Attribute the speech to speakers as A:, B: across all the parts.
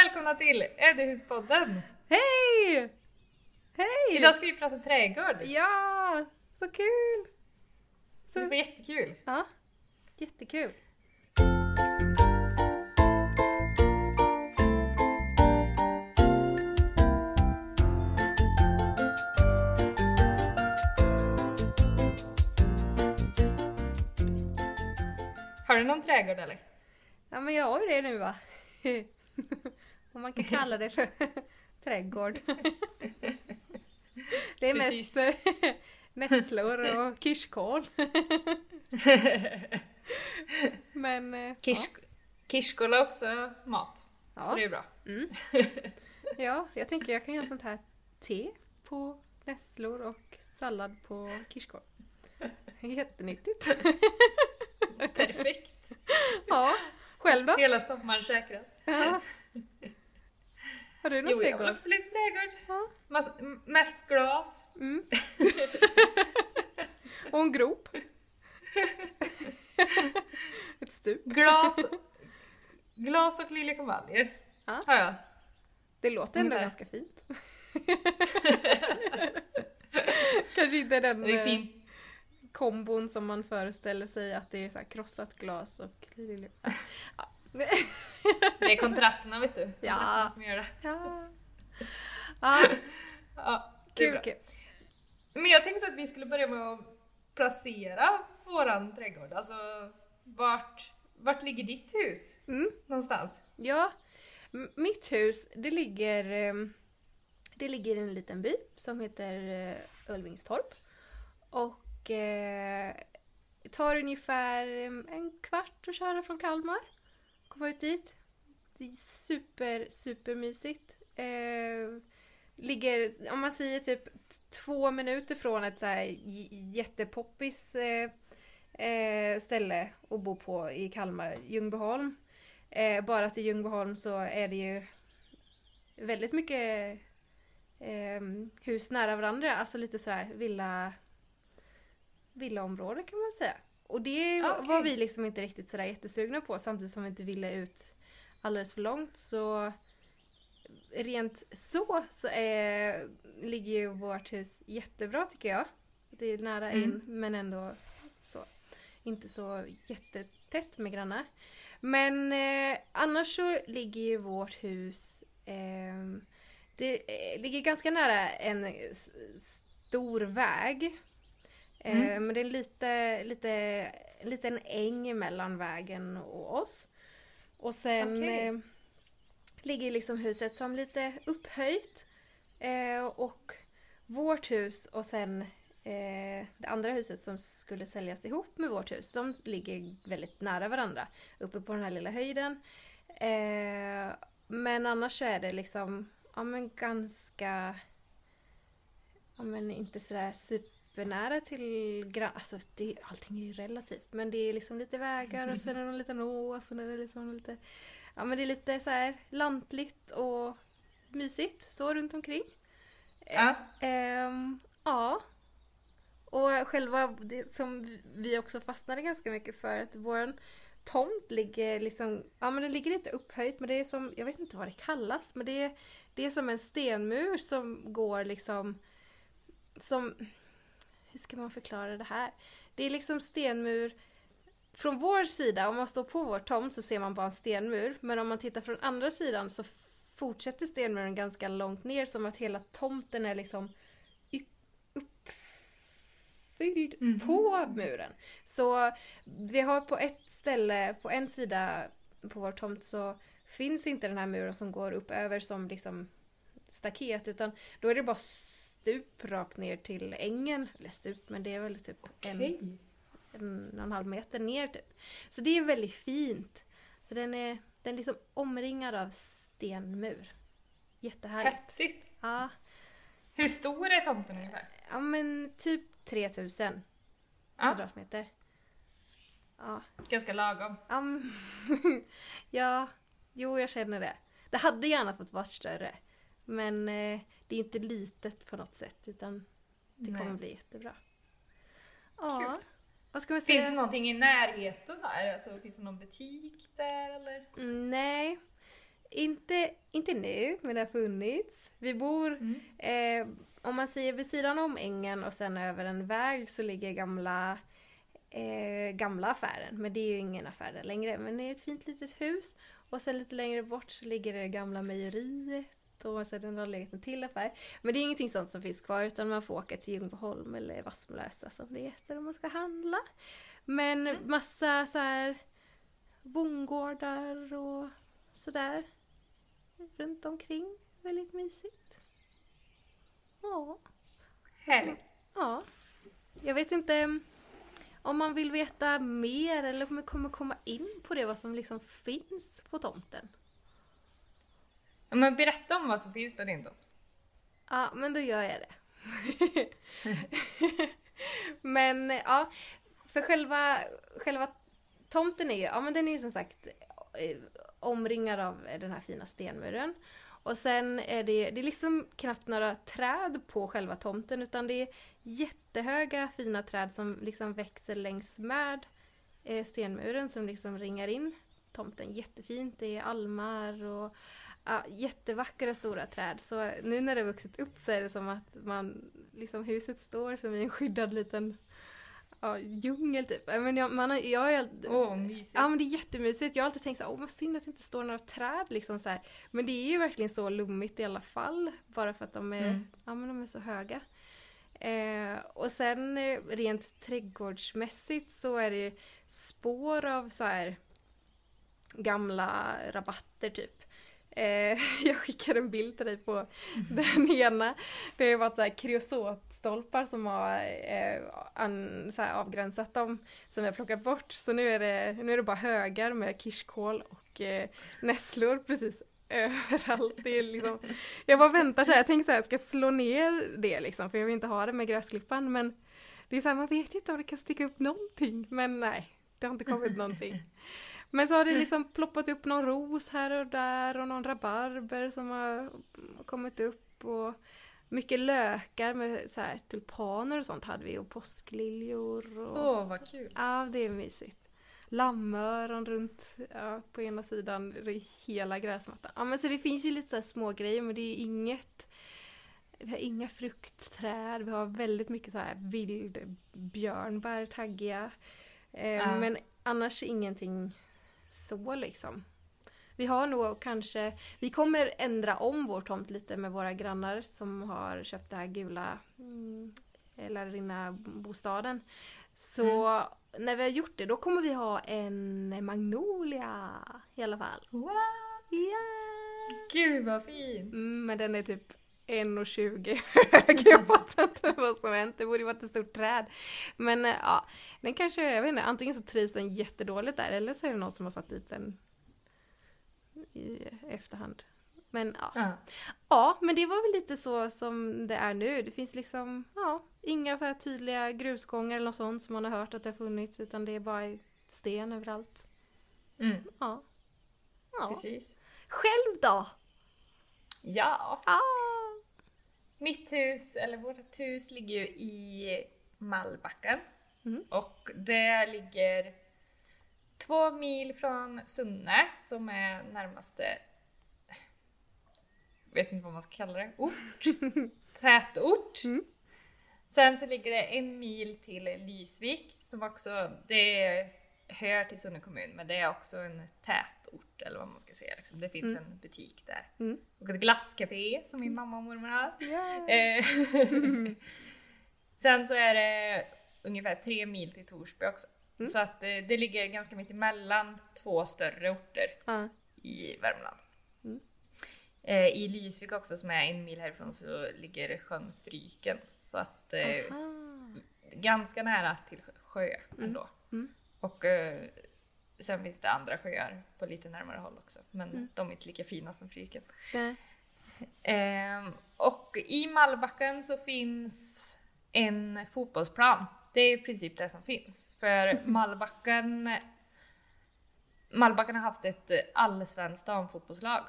A: välkomna till Ödehuspodden!
B: Hej! Hej!
A: Idag ska vi prata trädgård.
B: Ja, så kul!
A: Det blir jättekul.
B: Ja, jättekul.
A: Har du någon trädgård eller?
B: Ja, men jag har ju det nu va? Om man kan kalla det för trädgård. Det är
A: Precis.
B: mest nässlor och kirskål. Men
A: Kirskål är också mat.
B: ja.
A: Så det är bra.
B: Mm. Ja, jag tänker jag kan göra sånt här te på nässlor och sallad på kirskål. Jättenyttigt.
A: Perfekt.
B: Ja, själv då?
A: Hela sommaren säkrad.
B: Ja. Har du någon
A: Jo, jag
B: trädgård?
A: har också lite trädgård.
B: Ja.
A: Mest glas.
B: Mm. Och en grop. Ett stup.
A: Glas och liljekonvaljer.
B: Ja.
A: Har jag.
B: Det låter ändå
A: Ungefär.
B: ganska fint. Kanske inte den
A: Det är fint.
B: kombon som man föreställer sig att det är så här krossat glas och lilje. Ja.
A: Det är kontrasterna vet du.
B: Ja.
A: Kontrasterna som gör det.
B: Ja. Ja,
A: Ja, det är
B: kul,
A: bra.
B: kul.
A: Men jag tänkte att vi skulle börja med att placera våran trädgård. Alltså, vart ligger ditt hus?
B: Mm.
A: Någonstans?
B: Ja, mitt hus det ligger i en liten by som heter Ulvingstorp. Och tar ungefär en kvart att köra från Kalmar. Komma ut dit. Det är super mysigt. Ligger, om man säger typ 2 minuter från ett så här jättepoppis ställe att bo på i Kalmar, Ljungbyholm. Bara till Ljungbyholm så är det ju väldigt mycket hus nära varandra. Alltså lite så här villaområde kan man säga. Och det var vi liksom inte riktigt sådär jättesugna på, samtidigt som vi inte ville ut alldeles för långt. Så rent så ligger ju vårt hus jättebra tycker jag. Det är nära in men ändå så inte så jättetätt med grannar. Men annars så ligger ju vårt hus det ligger ganska nära en stor väg. Men det är en liten äng mellan vägen och oss. Och sen ligger liksom huset som lite upphöjt. Och vårt hus och sen det andra huset som skulle säljas ihop med vårt hus, de ligger väldigt nära varandra uppe på den här lilla höjden. Men annars så är det liksom ganska inte sådär supernära till alltså allting är ju relativt, men det är liksom lite vägar och sen är det en liten å och sen är det liksom lite det är lite så här lantligt och mysigt så runt omkring.
A: Ja.
B: Ja. Och själva det som vi också fastnade ganska mycket för, att våran tomt ligger liksom, det ligger lite upphöjt, men det är som, jag vet inte vad det kallas, men det är som en stenmur som går liksom som, hur ska man förklara det här? Det är liksom stenmur från vår sida, om man står på vår tomt så ser man bara en stenmur, men om man tittar från andra sidan så fortsätter stenmuren ganska långt ner, som att hela tomten är liksom uppfylld på muren. Så vi har på ett ställe, på en sida på vår tomt så finns inte den här muren som går upp över som liksom staket, utan då är det bara stup rakt ner till ängen, eller stup, men det är väl typ en och en halv meter ner typ. Så det är väldigt fint. Så den är liksom omringad av stenmur. Jättehärligt.
A: Häftigt.
B: Ja.
A: Hur stor är tomten ungefär?
B: Ja, men typ 3000 kvadratmeter. Ja.
A: Ganska lagom.
B: Ja, jo jag känner det. Det hade gärna fått vara större. Men det är inte litet på något sätt, utan det kommer bli jättebra. Ja.
A: Kul.
B: Vad ska man säga?
A: Finns det någonting i närheten där? Alltså, finns det någon butik där eller?
B: Nej. Inte nu, men det har funnits. Vi bor, om man säger vid sidan om ängen och sen över en väg så ligger gamla affären. Men det är ju ingen affär där längre. Men det är ett fint litet hus. Och sen lite längre bort så ligger det gamla mejeriet. Och sen har det legat en till affär. Men det är ingenting sånt som finns kvar. Utan man får åka till Ljungbyholm eller Vassmolösa som det heter om man ska handla. Men massa så här bondgårdar och sådär runt omkring. Väldigt mysigt. Ja.
A: Härligt.
B: Ja. Jag vet inte om man vill veta mer eller om man kommer komma in på det vad som liksom finns på tomten.
A: Ja, men berätta om vad som finns på din tomt.
B: Ja, men då gör jag det. Men ja, för själva tomten är ju, ja men den är ju som sagt omringad av den här fina stenmuren. Och sen är det är liksom knappt några träd på själva tomten utan det är jättehöga fina träd som liksom växer längs med stenmuren som liksom ringar in tomten. Jättefint, det är almar och jättevackra stora träd. Så nu när det har vuxit upp så är det som att huset står som i en skyddad liten djungel typ. Men
A: mysigt.
B: Ja, men det är jättemysigt. Jag har alltid tänkt så här, vad synd att det inte står några träd liksom så här. Men det är ju verkligen så lummigt i alla fall. Bara för att de är så höga. Och sen rent trädgårdsmässigt så är det spår av så här gamla rabatter typ. Jag skickar en bild till dig på den ena. Det har varit så här kreosotstolpar som har så här avgränsat dem som jag plockat bort. Så nu är det bara högar med kirskål och nässlor precis överallt. Det är liksom, jag bara väntar så här, jag tänker så här, jag ska slå ner det liksom, för jag vill inte ha det med gräsklippan, men det är så här, man vet inte om det kan sticka upp någonting, men nej, det har inte kommit någonting. Men så har det liksom ploppat upp någon ros här och där och någon rabarber som har kommit upp och mycket lökar med så här tulpaner och sånt hade vi och påskliljor.
A: Åh, vad kul.
B: Ja, det är mysigt. Lammöron runt på ena sidan i hela gräsmattan. Ja, men så det finns ju lite så här små grejer men det är vi har inga fruktträd, vi har väldigt mycket så här vildbjörnbär, taggiga. Men annars ingenting så liksom. Vi har nog kanske, vi kommer ändra om vår tomt lite med våra grannar som har köpt det här gula lärarinna-bostaden. Så när vi har gjort det, då kommer vi ha en magnolia i alla fall.
A: What?
B: Yeah!
A: Gud vad fint!
B: Men den är typ 1,20 hög. Jag fattar inte vad som hänt. Det borde ju varit ett stort träd. Men ja, den kanske, jag vet inte, antingen så trivs den jättedåligt där eller så är det någon som har satt dit den i efterhand. Men ja, men det var väl lite så som det är nu. Det finns liksom, inga så här tydliga grusgångar eller något sånt som man har hört att det har funnits, utan det är bara sten överallt. Ja.
A: Precis.
B: Själv då?
A: Ja. Mitt hus, eller vårt hus, ligger ju i Mallbacken. Och det ligger 2 mil från Sunne, som är närmaste, vet inte vad man ska kalla det, tätort. Sen så ligger det 1 mil till Lysvik, som också, det hör till Sunne kommun, men det är också en tätort, eller vad man ska säga. Liksom. Det finns en butik där. Och ett glasscafé som min mamma och mormor har. Sen så är det ungefär 3 mil till Torsby också. Så att det ligger ganska mitt emellan 2 större orter i Värmland. I Lysvik också, som är 1 mil härifrån, så ligger sjön Fryken. Så att ganska nära till sjö ändå. Och sen finns det andra sjöar på lite närmare håll också. Men de är inte lika fina som Fryken. Och i Mallbacken så finns en fotbollsplan. Det är i princip det som finns. För Mallbacken har haft ett allsvenskt damfotbollslag.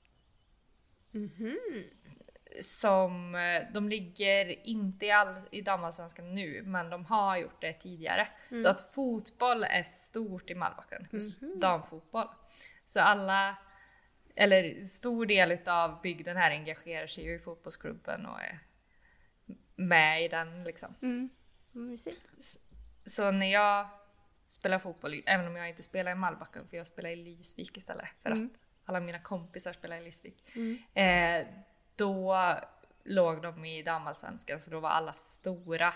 A: Som, de ligger inte i damallsvenskan nu, men de har gjort det tidigare. Så att fotboll är stort i Mallbacken, just damfotboll. Så alla eller stor del av bygden här engagerar sig ju i fotbollsklubben och är med i den liksom. Så när jag spelar fotboll, även om jag inte spelar i Malbacken, för jag spelar i Lysvik istället, för att alla mina kompisar spelar i Lysvik. Då låg de i damallsvenskan, så då var alla stora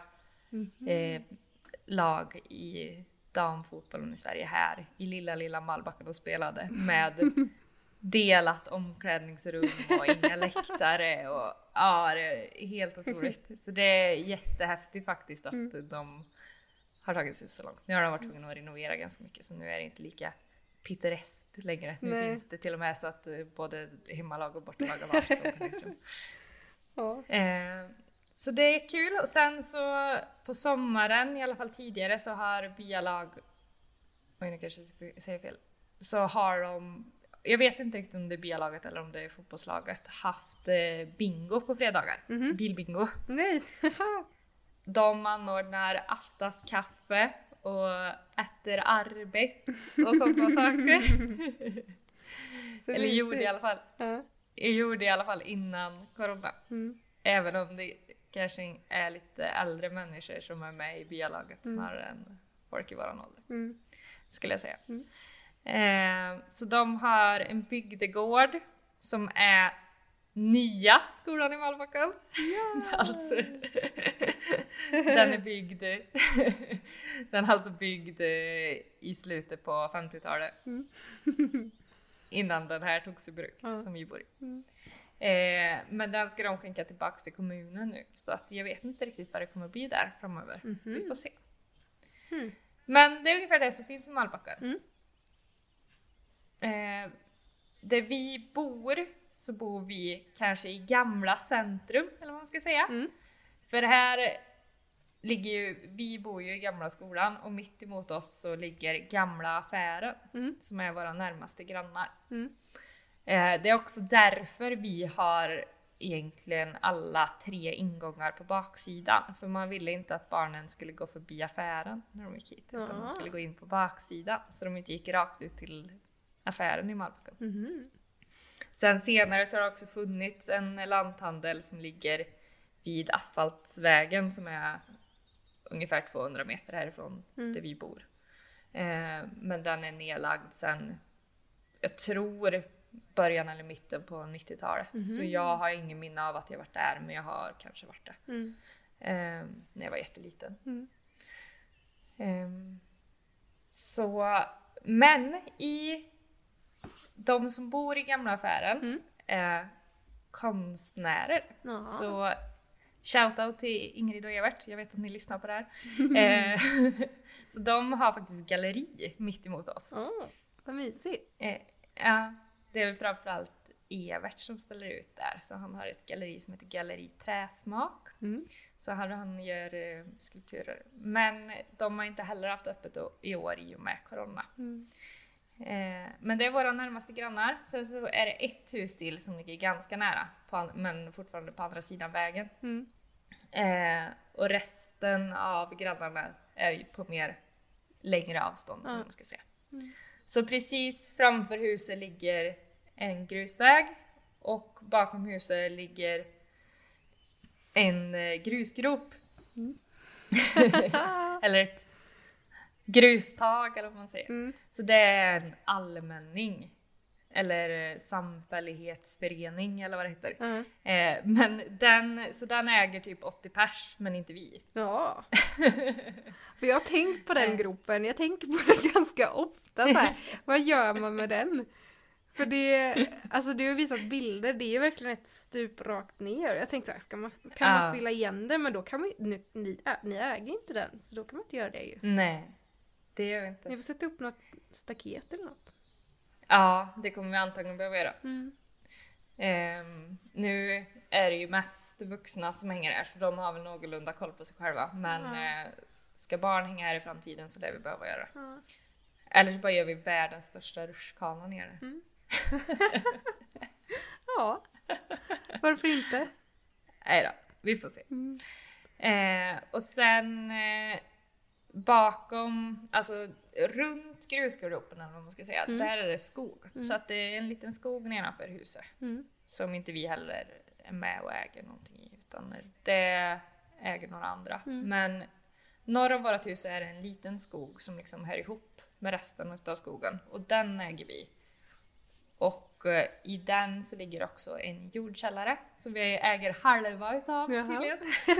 A: lag i damfotbollen i Sverige här i lilla Malbacken och spelade med delat omklädningsrum och inga läktare och ja, det är helt otroligt. Så det är jättehäftigt faktiskt att de har tagit sig så långt. Nu har de varit tvungna att renovera ganska mycket, så nu är det inte lika pittoreskt längre. Nu finns det till och med så att både hemmalag och bortalag har varsitt omklädningsrum. Så det är kul. Och sen så på sommaren, i alla fall tidigare, så har byalag, jag kanske säger fel, så har de, jag vet inte riktigt om det är byalaget eller om det är fotbollslaget, haft bingo på fredagar. Bilbingo.
B: Nej.
A: De anordnar aftaskaffe och äter arbete och sådana saker. Eller gjorde i alla fall. Jag gjorde i alla fall innan corona. Även om det kanske är lite äldre människor som är med i byalaget snarare än folk i våran ålder. Skulle jag säga. Så de har en bygdegård som är nya skolan i Malbacken. Alltså, den är byggd den är alltså byggd i slutet på 50-talet. Innan den här togs i bruk som vi bor i. Men den ska de skänka tillbaka till kommunen nu, så att jag vet inte riktigt vad det kommer att bli där framöver. Vi får se. Men det är ungefär det som finns i Malbacken. Där vi bor, så bor vi kanske i gamla centrum, eller vad man ska säga. För här ligger ju, vi bor ju i gamla skolan, och mitt emot oss så ligger gamla affären som är våra närmaste grannar. Det är också därför vi har egentligen alla 3 ingångar på baksidan. För man ville inte att barnen skulle gå förbi affären när de gick hit, utan de skulle gå in på baksidan, så de inte gick rakt ut till affären i Malbacken. Sen senare så har det också funnits en lanthandel som ligger vid asfaltsvägen, som är ungefär 200 meter härifrån där vi bor. Men den är nedlagd sen, jag tror, början eller mitten på 90-talet. Så jag har ingen minne av att jag varit där, men jag har kanske varit där. När jag var jätteliten. Så, men i de som bor i gamla affären är konstnärer. Så shoutout till Ingrid och Evert. Jag vet att ni lyssnar på det här. Så de har faktiskt galleri mitt emot oss.
B: Vad mysigt.
A: Ja, det är väl framförallt Evert som ställer ut där. Så han har ett galleri som heter Galleri Träsmak. Så han gör skulpturer. Men de har inte heller haft öppet i år i och med corona. Men det är våra närmaste grannar. Sen så är det ett hus till som ligger ganska nära, men fortfarande på andra sidan vägen. Och resten av grannarna är ju på mer längre avstånd, om man ska säga. Så precis framför huset ligger en grusväg, och bakom huset ligger en grusgrop. Eller ett grustag, eller vad man säger. Så det är en allmänning eller samfällighetsförening, eller vad det heter. Men den äger typ 80 pers, men inte vi.
B: Ja. För jag har tänkt på den gropen. Jag tänker på den ganska ofta så här. Vad gör man med den? För det, alltså du har visat bilder, det är verkligen ett stup rakt ner. Jag tänkte så här, kan man fylla igen det? Men då kan man ni äger inte den, så då kan man inte göra det ju.
A: Nej, det gör vi inte.
B: Ni får sätta upp något staket eller något.
A: Ja, det kommer vi antagligen behöva göra. Nu är det ju mest vuxna som hänger här, så de har väl någorlunda koll på sig själva. Men ska barn hänga här i framtiden, så det vi behöver göra. Eller så bara gör vi världens största rutschkana nere.
B: Ja, varför inte?
A: Nej då, vi får se. Och sen bakom, alltså runt grusgropen eller vad man ska säga, där är det skog. Så att det är en liten skog nedanför huset. Som inte vi heller är med och äger någonting i, utan det äger några andra. Men norr om vårt hus är det en liten skog som liksom hör ihop med resten av skogen. Och den äger vi. Och i den så ligger också en jordkällare som vi äger halva utav tydligen.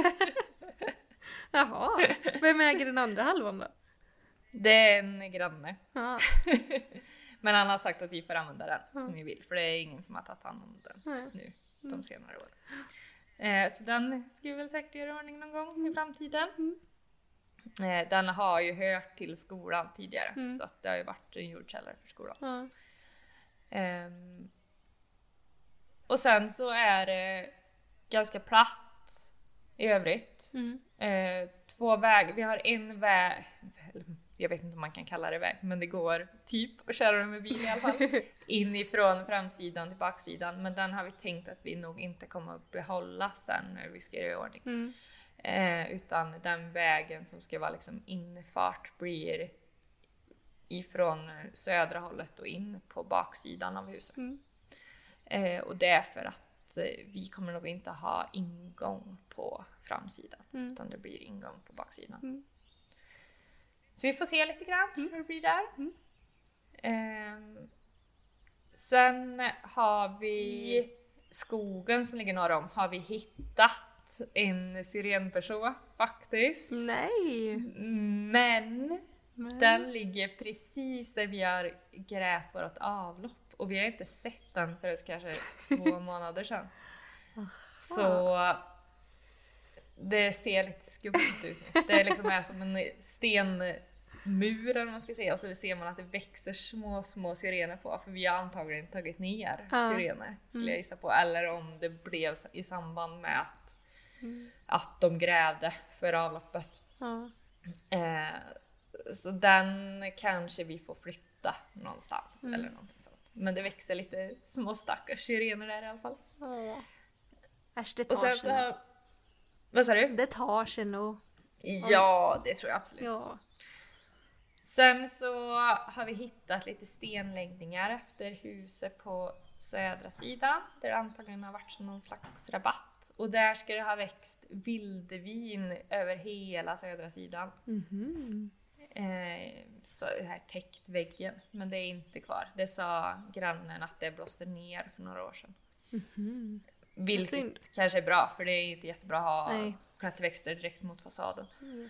B: Jaha, vem äger den andra halvan då?
A: Det är en granne. Men han har sagt att vi får använda den som vi vill. För det är ingen som har tagit hand om den nu de senare åren. Så den ska vi väl säkert göra i ordning någon gång i framtiden. Den har ju hört till skolan tidigare. Så att det har ju varit en jordkällare för skolan. Och sen så är det ganska platt i övrigt. 2 vägar. Vi har en väg. Jag vet inte om man kan kalla det väg, men det går typ att köra med bil i alla fall. Inifrån framsidan till baksidan. Men den har vi tänkt att vi nog inte kommer att behålla sen när vi ska göra i ordning. Utan den vägen som ska vara liksom infart blir ifrån södra hållet och in på baksidan av huset. Och det är för att vi kommer nog inte ha ingång på framsidan. Utan det blir ingång på baksidan. Så vi får se lite grann hur det blir där. Sen har vi skogen som ligger norr om. Har vi hittat en sirenperson faktiskt.
B: Nej!
A: Men den ligger precis där vi har grävt vårt avlopp. Och vi har inte sett den förrän kanske 2 månader sedan. Så det ser lite skumt ut nu. Det är liksom här som en stenmur eller man ska säga. Och så ser man att det växer små sirener på. För vi har antagligen tagit ner sirener skulle jag gissa på. Eller om det blev i samband med att de grävde för avloppet. Så den kanske vi får flytta någonstans eller någonting sånt. Men det växer lite små stackars sirener där i alla fall.
B: Äsch, det tar sig nog.
A: Vad sa du?
B: Det tar sig nog.
A: Ja, det tror jag absolut.
B: Ja.
A: Sen så har vi hittat lite stenläggningar efter huset på södra sidan. Där det antagligen har varit som någon slags rabatt. Och där ska det ha växt vildvin över hela södra sidan. Så det här täckt väggen. Men det är inte kvar. Det sa grannen att det blåste ner för några år sedan. Vilket kanske är bra. För det är inte jättebra att ha klätterväxter direkt mot fasaden.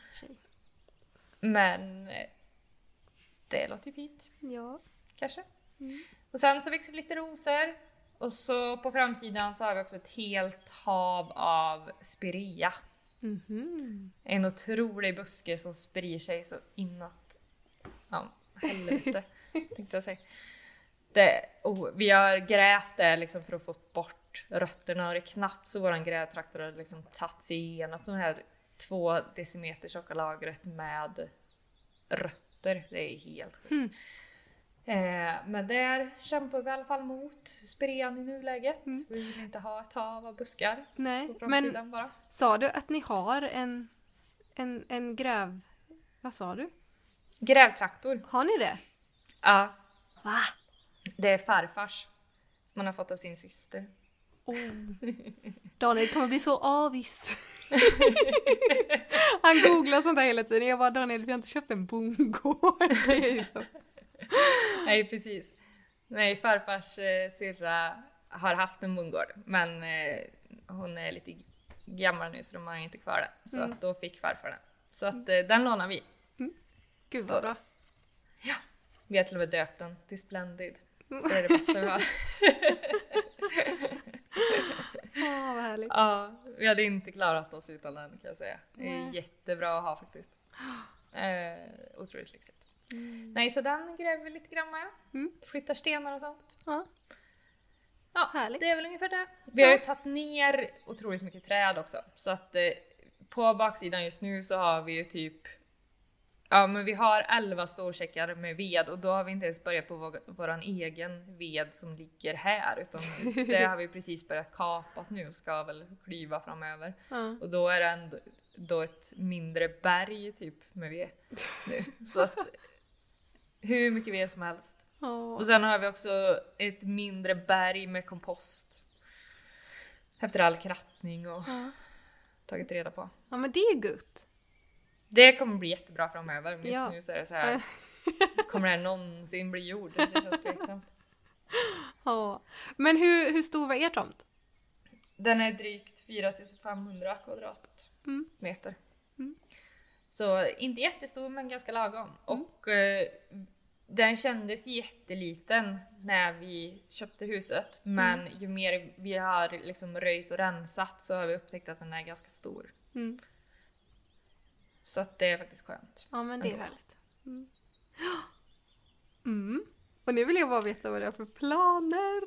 A: Men det låter ju fint.
B: Ja.
A: Kanske. Och sen så växer lite rosor. Och så på framsidan så har vi också ett helt hav av spirea. En otrolig buske som sprider sig så inåt helvete, tänkte jag säga. Vi har grävt det liksom för att få bort rötterna och det är knappt så våran grävtraktor har liksom tagit sig igenom de här 2 decimeter tjocka lagret med rötter. Det är helt sjukt. Men där kämpar vi i alla fall mot spirean i nuläget. Vi vill inte ha ett hav av buskar.
B: Nej,
A: på framsidan bara.
B: Sa du att ni har en gräv... Vad sa du?
A: Grävtraktor.
B: Har ni det?
A: Ja.
B: Va?
A: Det är farfars som man har fått av sin syster.
B: Daniel kommer bli så avis. Han googlar sånt där hela tiden. Jag bara, Daniel, vi har inte köpt en bondgård.
A: Nej, precis. Nej, farfars syrra har haft en bondgård. Men hon är lite gammal nu så de har inte kvar den. Så att då fick farfar den. Så att den lånar vi.
B: Gud vad bra.
A: Ja, vi har till och med döpt den till Splendid. Det är det bästa vi har.
B: Vad härligt.
A: Ja, vi hade inte klarat oss utan den kan jag säga. Det är jättebra att ha faktiskt. Otroligt lyxigt. Nej, så den gräver vi lite grann med. Flyttar stenar och sånt. Ja, härligt. Det är väl ungefär det. Vi har ju tagit ner otroligt mycket träd också. Så att på baksidan just nu så har vi ju typ Ja, men vi har 11 storsäckar med ved och då har vi inte ens börjat på våran egen ved som ligger här, utan det har vi precis börjat kapat nu och ska väl klyva framöver. Och då är det ändå ett mindre berg typ med ved nu. Så att hur mycket ved som helst. Och sen har vi också ett mindre berg med kompost. Efter all krattning och tagit reda på.
B: Ja, men det är gott.
A: Det kommer bli jättebra framöver. Men just nu så är det så här. Kommer det här någonsin bli jord? Det känns tveksamt.
B: Ja. Men hur stor var er tomt?
A: Den är drygt 4500 kvadratmeter. Så inte jättestor men ganska lagom. Och den kändes jätteliten när vi köpte huset. Men ju mer vi har liksom röjt och rensat så har vi upptäckt att den är ganska stor. Så att det är faktiskt skönt.
B: Ja, men det är härligt. Och nu vill jag bara veta vad det är för planer.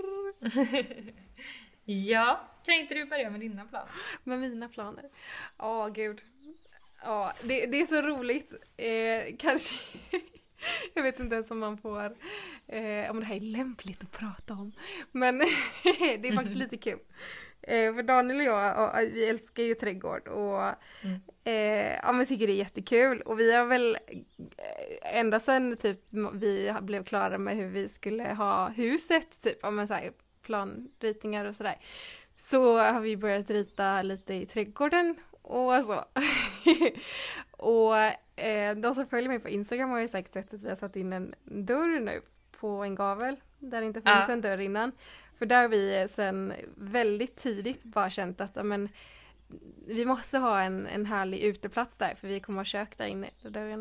A: Ja, kan inte du börja med dina planer?
B: Med mina planer? Ja, gud. Ja, det är så roligt. Kanske... Jag vet inte ens om man får... om det här är lämpligt att prata om. Men det är faktiskt lite kul. För Daniel och jag, vi älskar ju trädgård och men tycker det är jättekul. Och vi har väl ända sedan typ vi blev klara med hur vi skulle ha huset, typ så här, planritningar och sådär. Så har vi börjat rita lite i trädgården och så. Och de som följer mig på Instagram har ju säkert sett att vi har satt in en dörr nu på en gavel där det inte funnits en dörr innan. För där har vi sen väldigt tidigt bara känt att vi måste ha en härlig uteplats där, för vi kommer ha kök där inne.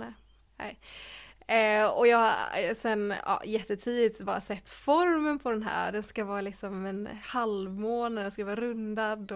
B: Och jag har sen jättetidigt bara sett formen på den här. Det ska vara liksom en halvmåne, den ska vara rundad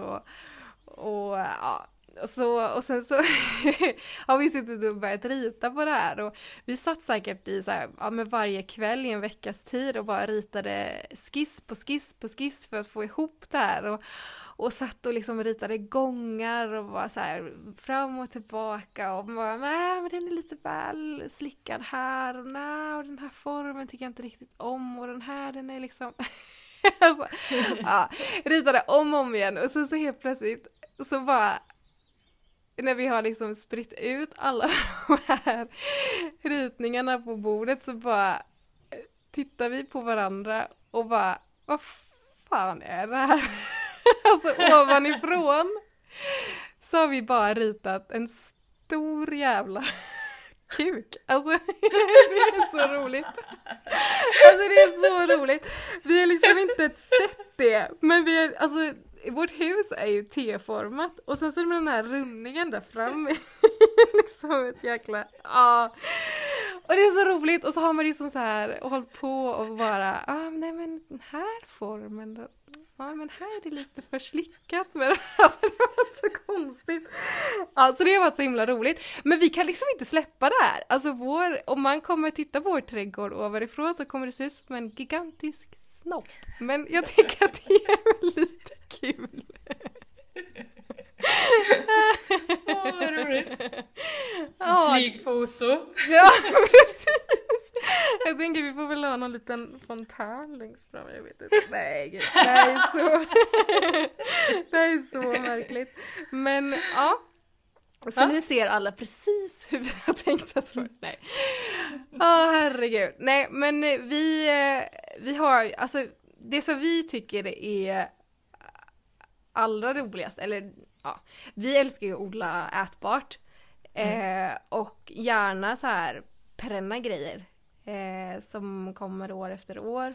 B: och sen så har vi suttit och börjat rita på det här, och vi satt säkert i så här, med varje kväll i en veckas tid och bara ritade skiss på skiss för att få ihop det här, och satt och liksom ritade gångar och var så här fram och tillbaka och bara, nej men den är lite väl slickad här och den här formen tycker jag inte riktigt om, och den är liksom alltså, ritade om igen, och så helt plötsligt så bara när vi har liksom spritt ut alla de här ritningarna på bordet, så bara tittar vi på varandra och bara, vad fan är det här? Alltså ovanifrån så har vi bara ritat en stor jävla kuk. Alltså det är så roligt. Alltså det är så roligt. Vi har liksom inte sett det, men vi är, alltså vårt hus är ju T-format, och sen så är det med den här rundningen där framme liksom ett jäkla och det är så roligt, och så har man liksom så här hållit på och bara nej men den här formen då, men här är det lite för slickat, men alltså det var så konstigt. Alltså det har varit så himla roligt, men vi kan liksom inte släppa det här. Alltså om man kommer titta på vår trädgård ovanifrån så kommer det se ut som en gigantisk snopp, men jag tycker att det är väl lite kul.
A: Vad roligt. Flygfoto.
B: Ja, precis. Jag tänker vi får väl ha någon liten fontän längst fram. Jag vet inte. Nej, gud. Det är så märkligt. Men ja. Så nu ser alla precis hur vi har tänkt att få. Nej. Herregud. Nej, men vi har, alltså det som vi tycker är allra roligast, eller vi älskar ju att odla ätbart och gärna så här perenna grejer som kommer år efter år.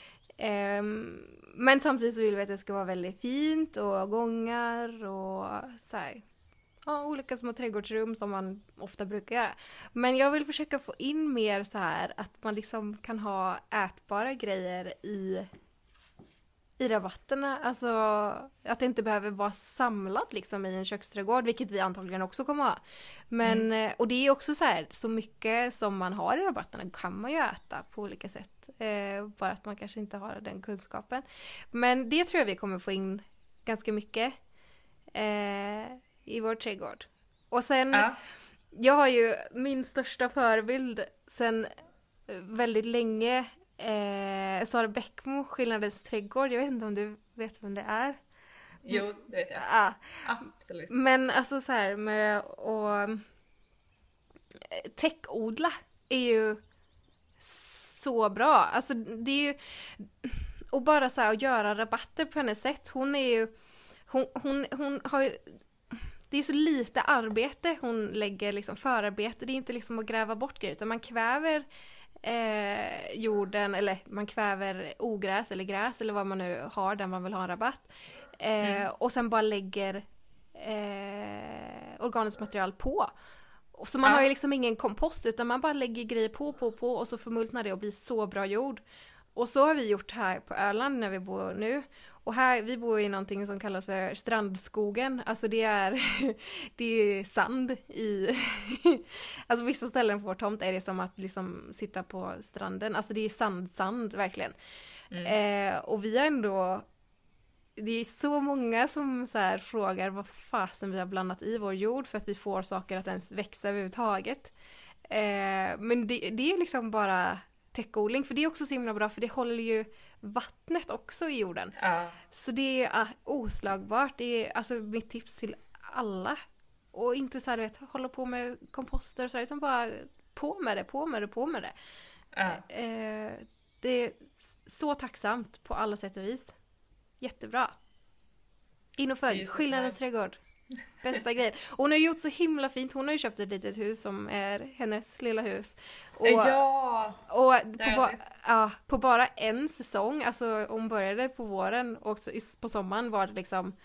B: Men samtidigt så vill vi att det ska vara väldigt fint och gångar och så här, olika små trädgårdsrum som man ofta brukar göra. Men jag vill försöka få in mer så här att man liksom kan ha ätbara grejer i rabatterna, alltså att det inte behöver vara samlat liksom i en köksträdgård, vilket vi antagligen också kommer ha. Men, och det är också så här, så mycket som man har i rabatterna kan man ju äta på olika sätt. Bara att man kanske inte har den kunskapen. Men det tror jag vi kommer få in ganska mycket i vår trädgård. Och sen Jag har ju min största förebild sen väldigt länge, Sara Bäckmo, Skillnadens trädgård. Jag vet inte om du vet vem det är?
A: Jo, det vet jag.
B: Ja.
A: Absolut.
B: Men alltså så här med att täckodla är ju så bra. Alltså det är ju, och bara så här att göra rabatter på hennes sätt. Hon är ju, hon har ju, det är så lite arbete hon lägger, liksom förarbete. Det är inte liksom att gräva bort grejer, utan man kväver jorden, eller man kväver ogräs eller gräs eller vad man nu har där man vill ha en rabatt. Och sen bara lägger organiskt material på. Och så man har ju liksom ingen kompost, utan man bara lägger grejer på och så förmultnar det och blir så bra jord. Och så har vi gjort här på Öland när vi bor nu. Och här, vi bor i någonting som kallas för strandskogen. Alltså det är sand i... Alltså vissa ställen på vår tomt är det som att liksom sitta på stranden. Alltså det är sand verkligen. Och vi har ändå... Det är så många som så här frågar vad fasen vi har blandat i vår jord för att vi får saker att ens växa överhuvudtaget. Men det är liksom bara täckodling, för det är också så himla bra, för det håller ju vattnet också i jorden. Så det är oslagbart. Det är alltså mitt tips till alla. Och inte så här, vet, hålla på med komposter och så här, utan bara på med det. Det är så tacksamt på alla sätt och vis. Jättebra. In och följ. Skillnadens trädgård. Bästa grejen. Och hon har gjort så himla fint. Hon har ju köpt ett litet hus som är hennes lilla hus. Och på bara en säsong, alltså hon började på våren och på sommaren var det liksom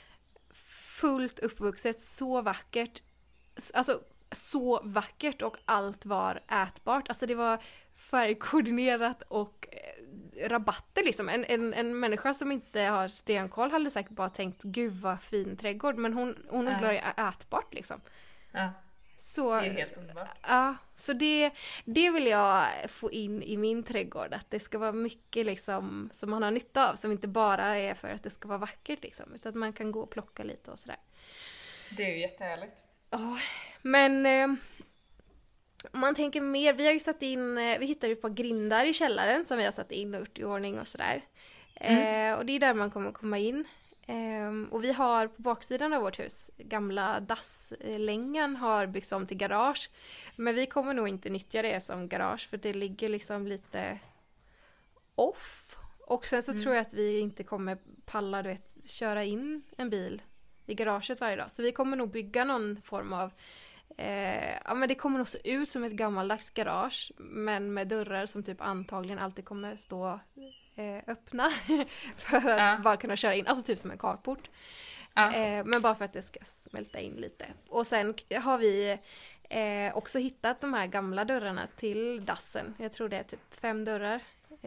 B: fullt uppvuxet, så vackert. Alltså så vackert, och allt var ätbart. Alltså det var färgkoordinerat och rabatter liksom. En människa som inte har stenkoll hade säkert bara tänkt, gud vad fin trädgård, men hon odlar ju ätbart liksom. Så,
A: det är helt underbart.
B: Ja, så det vill jag få in i min trädgård, att det ska vara mycket liksom som man har nytta av, som inte bara är för att det ska vara vackert liksom, utan att man kan gå och plocka lite och sådär.
A: Det är ju jättehärligt.
B: Ja, men om man tänker mer, vi har ju satt in, vi hittade ju ett par grindar i källaren som vi har satt in och gjort i ordning och sådär. Och det är där man kommer komma in. Och vi har på baksidan av vårt hus, gamla dasslängan har byggts om till garage. Men vi kommer nog inte nyttja det som garage, för det ligger liksom lite off. Och sen så tror jag att vi inte kommer palla, du vet, köra in en bil i garaget varje dag. Så vi kommer nog bygga någon form av men det kommer nog se ut som ett gammaldags garage, men med dörrar som typ antagligen alltid kommer stå öppna för att bara kunna köra in, alltså typ som en carport. Men bara för att det ska smälta in lite. Och sen har vi också hittat de här gamla dörrarna till dassen. Jag tror det är typ 5 dörrar.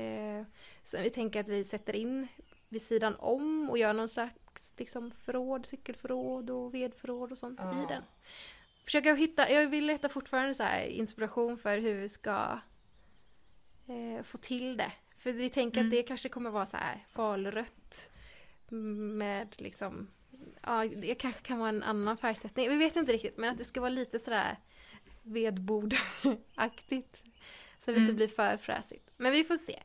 B: Så vi tänker att vi sätter in vid sidan om och gör någon slags liksom förråd, cykelförråd och vedförråd och sånt i den. Försöka hitta, jag vill leta fortfarande så här inspiration för hur vi ska få till det. För vi tänker att det kanske kommer vara så här falrött med liksom, ja, det kanske kan vara en annan färgsättning. Vi vet inte riktigt, men att det ska vara lite sådär vedbord-aktigt. Så det inte blir för fräsigt. Men vi får se.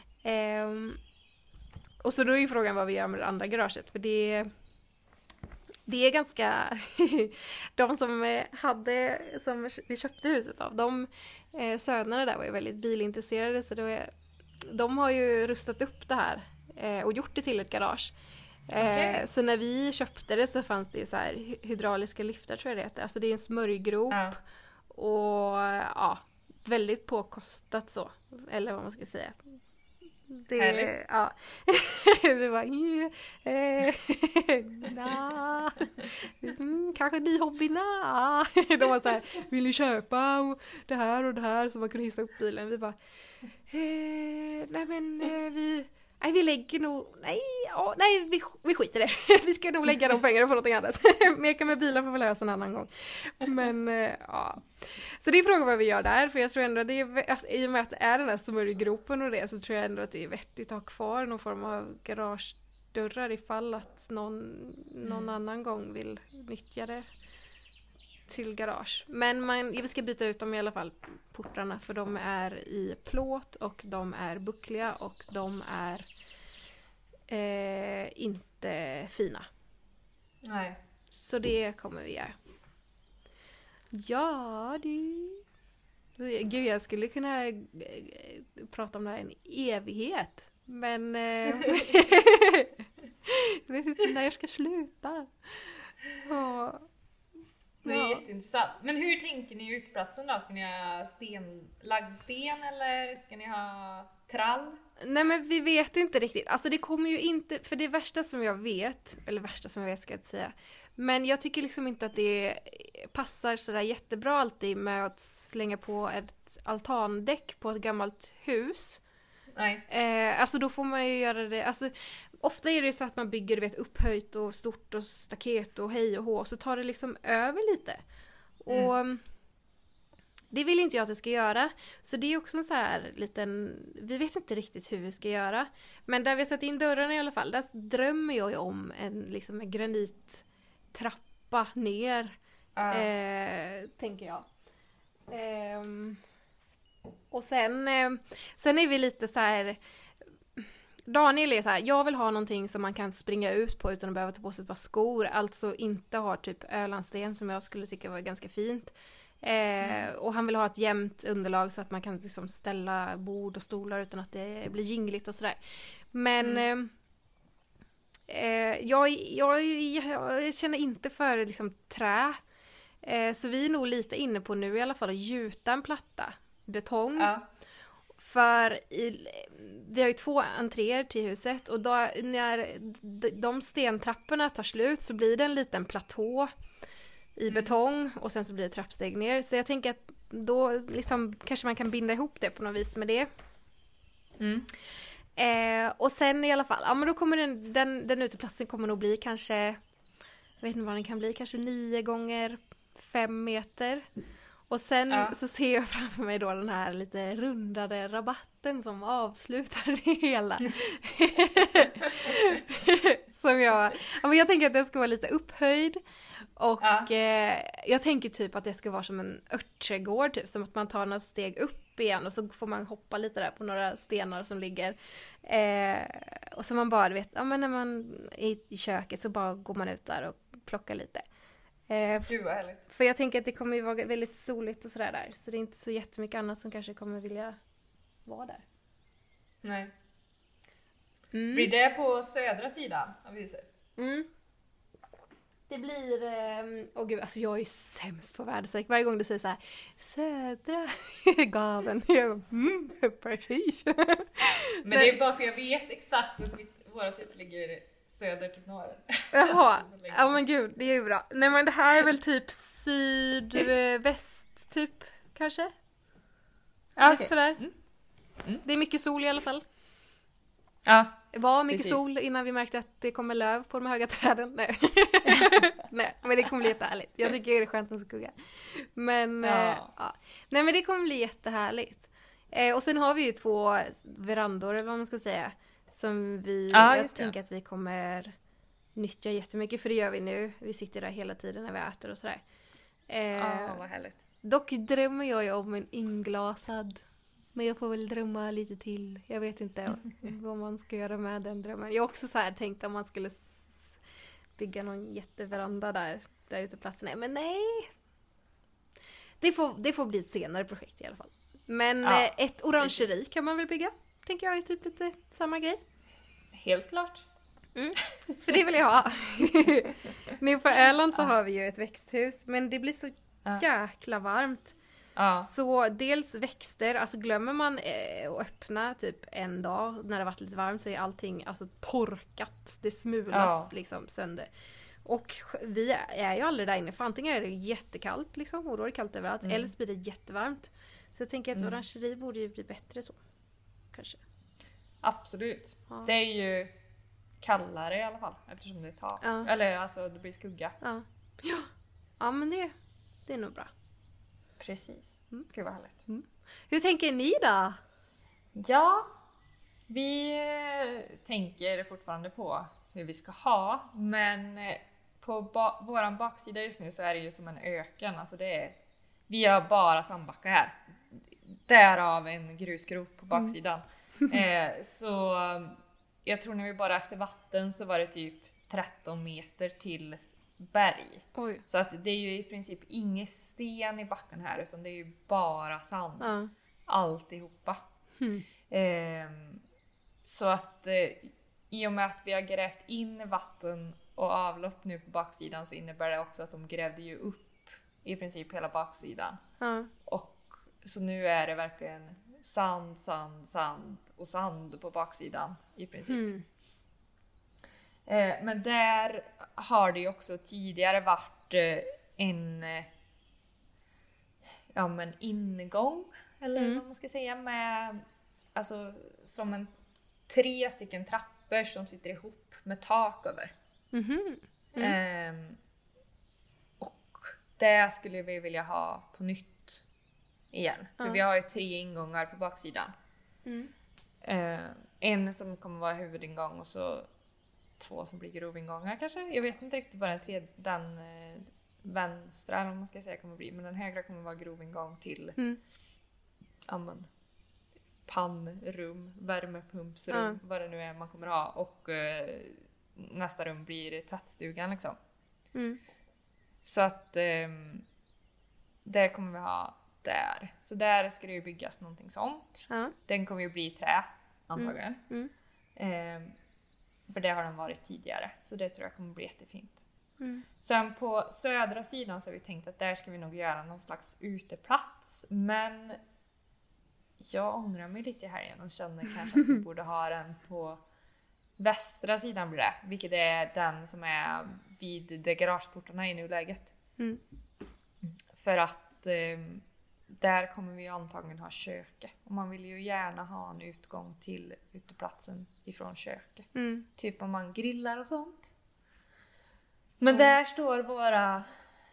B: Och så då är ju frågan vad vi gör med det andra garaget. För det är ganska... de som vi köpte huset av, de sönerna där var ju väldigt bilintresserade, så de har ju rustat upp det här och gjort det till ett garage. Okay. Så när vi köpte det så fanns det så här hydrauliska lyftar, tror jag det heter. Alltså det är en smörjgrop och ja, väldigt påkostat så, eller vad man ska säga.
A: Härligt.
B: Ja. Det var kanske ny hobby, de var så här, vill ni köpa det här och det här, så man kunde hissa upp bilen. Vi bara vi lägger nog vi skiter det. Vi ska nog lägga de pengarna på någonting annat. Meka med bilar får vi lösa en annan gång. Men ja. Så det är frågan vad vi gör där, för jag tror ändå att det är, alltså, i och med att det är den där smörjgropen och det, så tror jag ändå att det är vettigt att ha kvar någon form av garagedörrar ifall att någon annan gång vill nyttja det till garage. Men vi ska byta ut dem i alla fall, portarna, för de är i plåt och de är buckliga och de är inte fina.
A: Nej.
B: Så det kommer vi göra. Ja, gud, jag skulle kunna prata om det här en evighet. Men jag vet inte när jag ska sluta.
A: Det är jätteintressant. Men hur tänker ni utplatsen då? Ska ni ha lagd sten eller ska ni ha trall?
B: Nej, men vi vet inte riktigt. Alltså det kommer ju inte, för det värsta som jag vet ska jag inte säga. Men jag tycker liksom inte att det passar sådär jättebra alltid med att slänga på ett altandäck på ett gammalt hus.
A: Nej.
B: Alltså då får man ju göra det, alltså ofta är det så att man bygger upphöjt och stort och staket och hej och hå, så tar det liksom över lite. Och det vill inte jag att det ska göra. Så det är också en så här liten, vi vet inte riktigt hur vi ska göra. Men där vi har satt in dörrarna i alla fall, där drömmer jag ju om en granittrappa ner. Tänker jag. Och sen är vi lite så här. Daniel är så här, jag vill ha någonting som man kan springa ut på utan att behöva ta på sig ett par skor. Alltså inte ha typ Ölandsten som jag skulle tycka var ganska fint. Och han vill ha ett jämnt underlag så att man kan liksom ställa bord och stolar utan att det blir jingligt och sådär. Men jag känner inte för liksom trä. Så vi är nog lite inne på nu i alla fall att gjuta en platta. Betong.
A: Ja.
B: För vi har ju 2 entréer till huset och då, när de stentrapporna tar slut så blir det en liten platå i betong och sen så blir det trappsteg ner. Så jag tänker att då liksom kanske man kan binda ihop det på något vis med det. Och sen i alla fall, ja men då kommer den uteplatsen kommer nog bli kanske, jag vet inte vad den kan bli, kanske 9 gånger 5 meter. Och sen så ser jag framför mig då den här lite rundade rabatten som avslutar det hela. Som jag tänker att den ska vara lite upphöjd. Och jag tänker typ att det ska vara som en örtträdgård, typ som att man tar några steg upp igen och så får man hoppa lite där på några stenar som ligger. Och så man bara vet, men när man är i köket så bara går man ut där och plockar lite.
A: Gud vad härligt.
B: För jag tänker att det kommer ju vara väldigt soligt och sådär där. Så det är inte så jättemycket annat som kanske kommer vilja vara där.
A: Nej. Blir det på södra sidan av huset?
B: Det blir, gud, alltså jag är sämst på väderstreck. Varje gång du säger så här, södra gaven. Precis.
A: Men det är bara för jag vet exakt att vårat hus ligger söder till norr.
B: Jaha, ja men gud, det är ju bra. Nej men det här är väl typ sydväst typ, kanske? Ja, lite sådär. Det är mycket sol i alla fall.
A: Ja.
B: Det var mycket sol innan vi märkte att det kommer löv på de höga träden. Nej. Nej, men det kommer bli jättehärligt. Jag tycker det är skönt med skugga. Men, Nej men det kommer bli jättehärligt. Och sen har vi ju 2 verandor, eller vad man ska säga. Som jag tänker att vi kommer nyttja jättemycket, för det gör vi nu. Vi sitter där hela tiden när vi äter och sådär.
A: Vad härligt.
B: Dock drömmer jag ju om en inglasad. Men jag får väl drömma lite till. Jag vet inte vad man ska göra med den drömmen. Jag har också så här tänkt om man skulle bygga någon jätteveranda där ute platsen är. Men nej. Det får bli ett senare projekt i alla fall. Men ett orangeri kan man väl bygga. Tänker jag är typ lite samma grej.
A: Helt klart.
B: För det vill jag ha. Nu på Öland så har vi ju ett växthus. Men det blir så jäkla varmt. Så dels växter, alltså glömmer man att öppna typ en dag när det varit lite varmt så är allting alltså torkat. Det smulas liksom sönder. Och vi är ju aldrig där inne, för antingen är det jättekallt liksom, och då är det kallt överallt, eller så blir det jättevarmt. Så jag tänker att orangeri borde ju bli bättre så. Kanske.
A: Absolut. Det är ju kallare i alla fall, eftersom det tar. Eller alltså det blir skugga.
B: Ja men det är nog bra.
A: Precis. Gud vad härligt.
B: Hur tänker ni då?
A: Ja, vi tänker fortfarande på hur vi ska ha, men på våran baksida just nu så är det ju som en öken. Alltså vi har bara sandbackar här. Därav en grusgrop på baksidan. Så jag tror när vi bara efter vatten så var det typ 13 meter till berg.
B: Oj.
A: Så att det är ju i princip ingen sten i backen här utan det är ju bara sand. Alltihopa. Så att i och med att vi har grävt in vatten och avlopp nu på baksidan så innebär det också att de grävde ju upp i princip hela baksidan. Och så nu är det verkligen sand och sand på baksidan i princip. Men där har det ju också tidigare varit en ingång eller vad man ska säga med alltså som 3 stycken trappor som sitter ihop med tak över. Och det skulle vi vilja ha på nytt igen. För vi har ju 3 ingångar på baksidan. En som kommer vara huvudingång och så 2 som blir grovingångar kanske. Jag vet inte riktigt vad den vänstra eller vad man ska säga kommer bli. Men den högra kommer vara grovingång till pannrum, värmepumpsrum, vad det nu är man kommer ha. Och nästa rum blir tvättstugan liksom. Så att det kommer vi ha där. Så där ska det ju byggas någonting sånt. Den kommer ju bli trä antagligen. För det har den varit tidigare. Så det tror jag kommer bli jättefint. Sen på södra sidan så har vi tänkt att där ska vi nog göra någon slags uteplats. Men jag ångrar mig lite här igen och känner kanske att vi borde ha den på västra sidan blir det. Vilket är den som är vid de garageportarna i nuläget. För att där kommer vi antagligen ha köket. Och man vill ju gärna ha en utgång till uteplatsen ifrån köket. Typ om man grillar och sånt. Men där står våra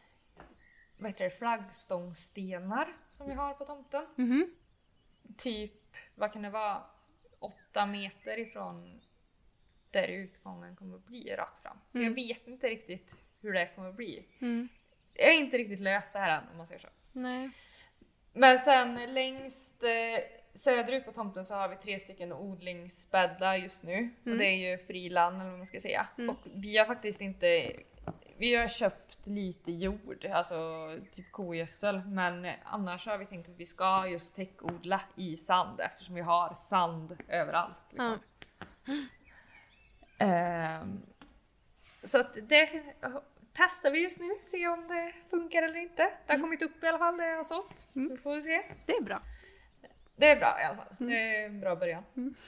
A: flaggstångstenar som vi har på tomten. Typ, vad kan det vara? 8 meter ifrån där utgången kommer att bli rakt fram. Så jag vet inte riktigt hur det kommer att bli. Jag har inte riktigt löst det här än om man säger så.
B: Nej.
A: Men sen längst söderut på tomten så har vi 3 stycken odlingsbäddar just nu. Och det är ju friland eller vad man ska säga. Och vi har faktiskt inte... Vi har köpt lite jord, alltså typ kogödsel. Men annars har vi tänkt att vi ska just täckodla i sand eftersom vi har sand överallt. Liksom. Så att det testar vi just nu, se om det funkar eller inte. Det har kommit upp i alla fall, det jag har sått. Vi får se.
B: Det är bra.
A: Det är bra i alla fall. Det är en bra början.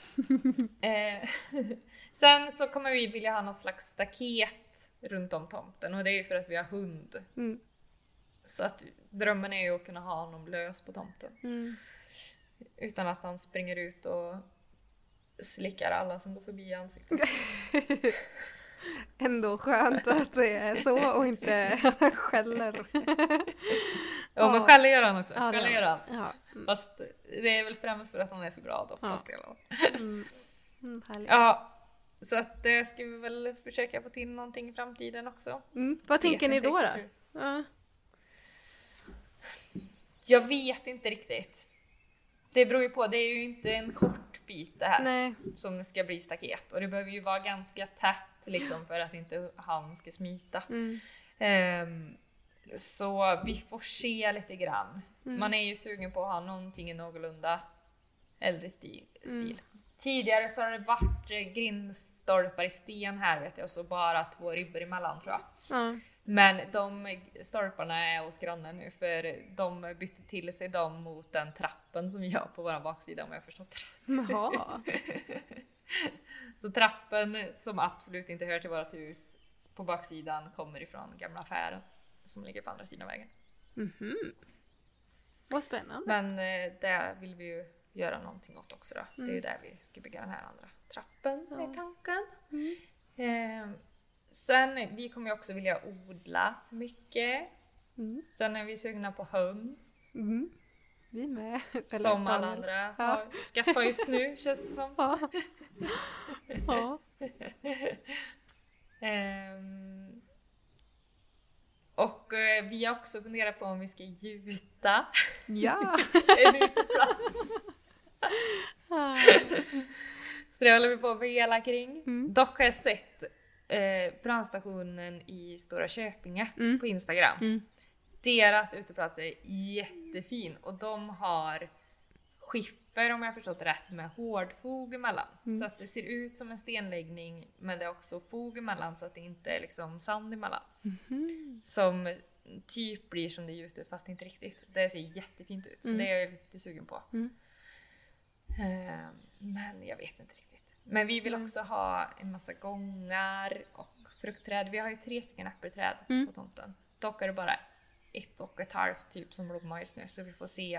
A: Sen så kommer vi vilja ha någon slags staket runt om tomten. Och det är ju för att vi har hund. Så att drömmen är ju att kunna ha honom lös på tomten. Utan att han springer ut och slickar alla som går förbi i ansiktet.
B: Ändå skönt att det är så och inte skäller.
A: Ja, men skäller gör han också.
B: Ja,
A: skäller gör han.
B: Ja.
A: Fast det är väl främst för att han är så glad oftast.
B: Härligt.
A: Ja, så att det ska vi väl försöka få till någonting i framtiden också.
B: Vad tänker ni då? Ja.
A: Jag vet inte riktigt. Det beror ju på, det är ju inte en kort bit det här.
B: Nej.
A: Som ska bli staket. Och det behöver ju vara ganska tätt liksom, för att inte han ska smita. Så vi får se lite grann. Man är ju sugen på att ha någonting i någorlunda äldre stil. Tidigare så har det varit grindstolpar i sten här vet jag. Och så bara 2 ribbor emellan tror jag. Men de stolparna är hos grannen nu. För de bytte till sig dem mot den trappen som vi har på vår baksida om jag har förstått rätt.
B: Jaha.
A: Så trappen som absolut inte hör till vårt hus på baksidan kommer ifrån gamla affären som ligger på andra sidan vägen.
B: Vad spännande.
A: Men det vill vi ju göra någonting åt också då. Det är ju där vi ska bygga den här andra trappen i tanken. Sen vi kommer ju också vilja odla mycket. Sen är vi sugna på höns.
B: Vi med.
A: Som alla andra har skaffat just nu känns det som. vi har också funderat på om vi ska gjuta.
B: Ja!
A: En uteplats. Så det håller vi på att vela kring. Dock har jag sett brandstationen i Stora Köpinge på Instagram. Deras uteplats är jättefin och de har skiffer, om jag har förstått rätt, med hårdfog emellan. Så att det ser ut som en stenläggning, men det är också fog emellan så att det inte är liksom sand emellan. Som typ blir som det är gjutet fast inte riktigt. Det ser jättefint ut, så det är jag lite sugen på. Men jag vet inte riktigt. Men vi vill också ha en massa gångar och fruktträd. Vi har ju 3 stycken äppelträd på tomten. Dock är det bara 1,5 typ som blommar just nu, så vi får se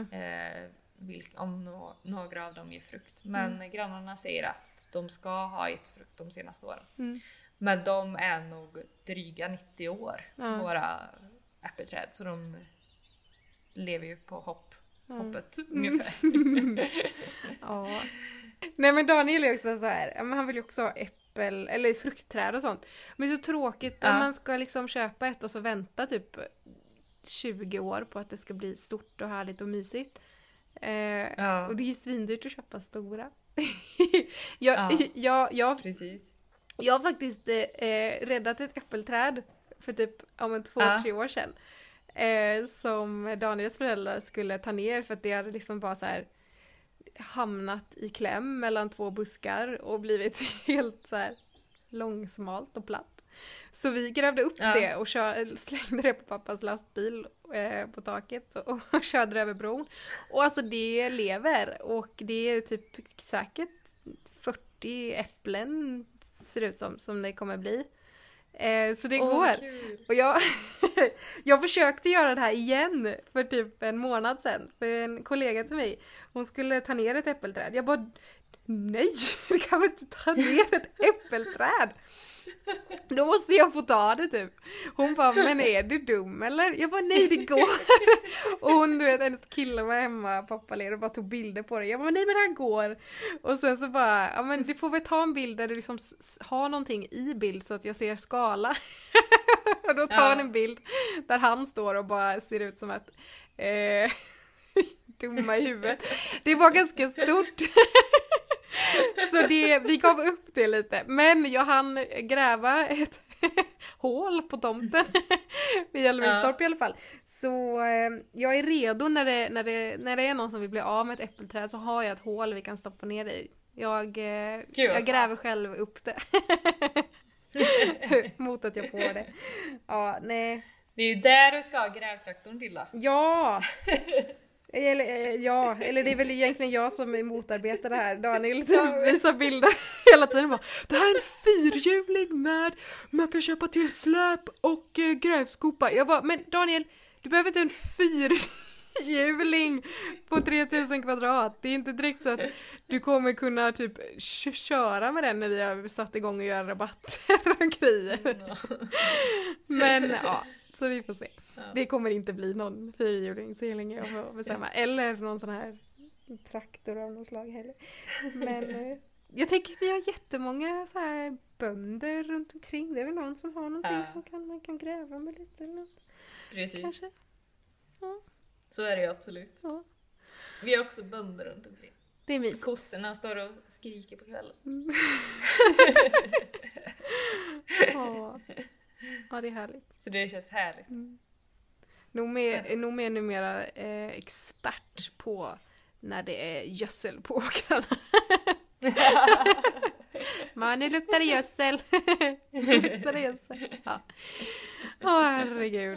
A: om några av dem ger frukt. Men grannarna säger att de ska ha gett frukt de senaste åren. Men de är nog dryga 90 år, våra äppelträd, så de lever ju på hoppet ungefär.
B: Ja. Nej, men Daniel är också så här, han vill ju också ha äppel eller fruktträd och sånt. Men det är så tråkigt om man ska liksom köpa ett och så vänta typ 20 år på att det ska bli stort och härligt och mysigt. Och det är ju svindyrt att köpa stora.
A: Precis.
B: Jag har faktiskt räddat ett äppelträd för typ 2-3 år sedan. Som Daniels föräldrar skulle ta ner för att det hade liksom bara så här hamnat i kläm mellan 2 buskar och blivit helt så här långsmalt och platt. Så vi grävde upp det och slängde det på pappas lastbil på taket och körde över bron. Och alltså det lever och det är typ säkert 40 äpplen ser ut som det kommer bli. Så det går. Kul. Och jag försökte göra det här igen för typ en månad sedan. För en kollega till mig, hon skulle ta ner ett äppelträd. Jag bara, nej, du kan väl inte ta ner ett äppelträd? Då måste jag få ta det typ. Hon bara, men är du dum eller? Jag bara, nej det går. Och hon, du vet, hennes kille var hemma, pappaled, och bara tog bilder på det. Jag bara, nej men det här går. Och sen så bara, ja men du får väl ta en bild där du liksom har någonting i bild så att jag ser skala. Och då tar hon en bild där han står och bara ser ut som att dumma i huvudet. Det var ganska stort. Så vi gav upp det lite. Men jag hann gräva ett hål på tomten vid Älvenstorp i alla fall. Så jag är redo när det är någon som vill bli av med ett äppelträd, så har jag ett hål vi kan stoppa ner i. Jag gräver själv upp det. Mot att jag får det. Ja, nej.
A: Det är ju där du ska ha grävtraktorn till då.
B: Ja! Eller det är väl egentligen jag som är motarbetare det här. Daniel visar bilder hela tiden. Bara, det här är en 4-hjuling med man kan köpa till släp och grävskopa. Jag bara, men Daniel, du behöver inte en 4-hjuling på 3000 kvadrat. Det är inte direkt så att du kommer kunna typ köra med den när vi har satt igång och göra rabatter och grejer. Men ja, så vi får se. Det kommer inte bli någon 4-hjuling så länge jag får bestämma. Eller någon sån här traktor av något slag heller. Men jag tänker vi har jättemånga så här bönder runt omkring. Det är väl någon som har någonting som man kan gräva med lite eller något.
A: Precis.
B: Kanske. Ja.
A: Så är det ju absolut. Ja. Vi har också bönder runt omkring.
B: Det är mysigt.
A: Kossorna står och skriker på kvällen.
B: Ja, det är härligt.
A: Så det känns härligt.
B: Nog mer numera expert på när det är gödsel på åkrarna. Men nu luktar det gödsel. Ja. Herregud.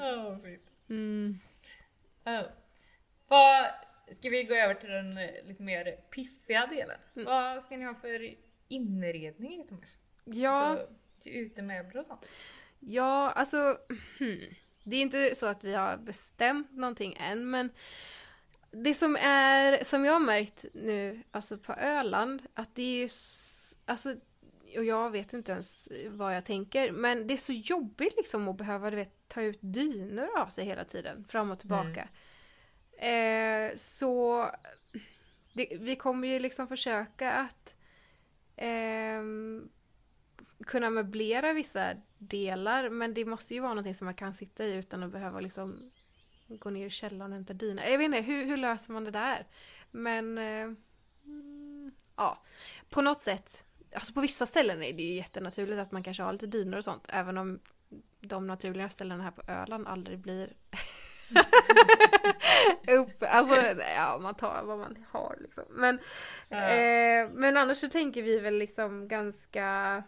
A: Ska vi gå över till den lite mer piffiga delen? Vad ska ni ha för inredning utomhus?
B: Ja.
A: Alltså, till utemöbler och sånt.
B: Ja, alltså det är inte så att vi har bestämt någonting än, men det som jag har märkt nu alltså på Öland, att det är ju alltså, och jag vet inte ens vad jag tänker, men det är så jobbigt liksom att behöva ta ut dynor av sig hela tiden fram och tillbaka. Så vi kommer ju liksom försöka att kunna möblera vissa delar, men det måste ju vara någonting som man kan sitta i utan att behöva liksom gå ner i källaren och hämta dyna. Jag vet inte, hur löser man det där? Men ja, på något sätt, alltså på vissa ställen är det ju jättenaturligt att man kanske har lite dynor och sånt, även om de naturliga ställena här på Öland aldrig blir upp, alltså ja, man tar vad man har liksom. Men annars så tänker vi väl liksom ganska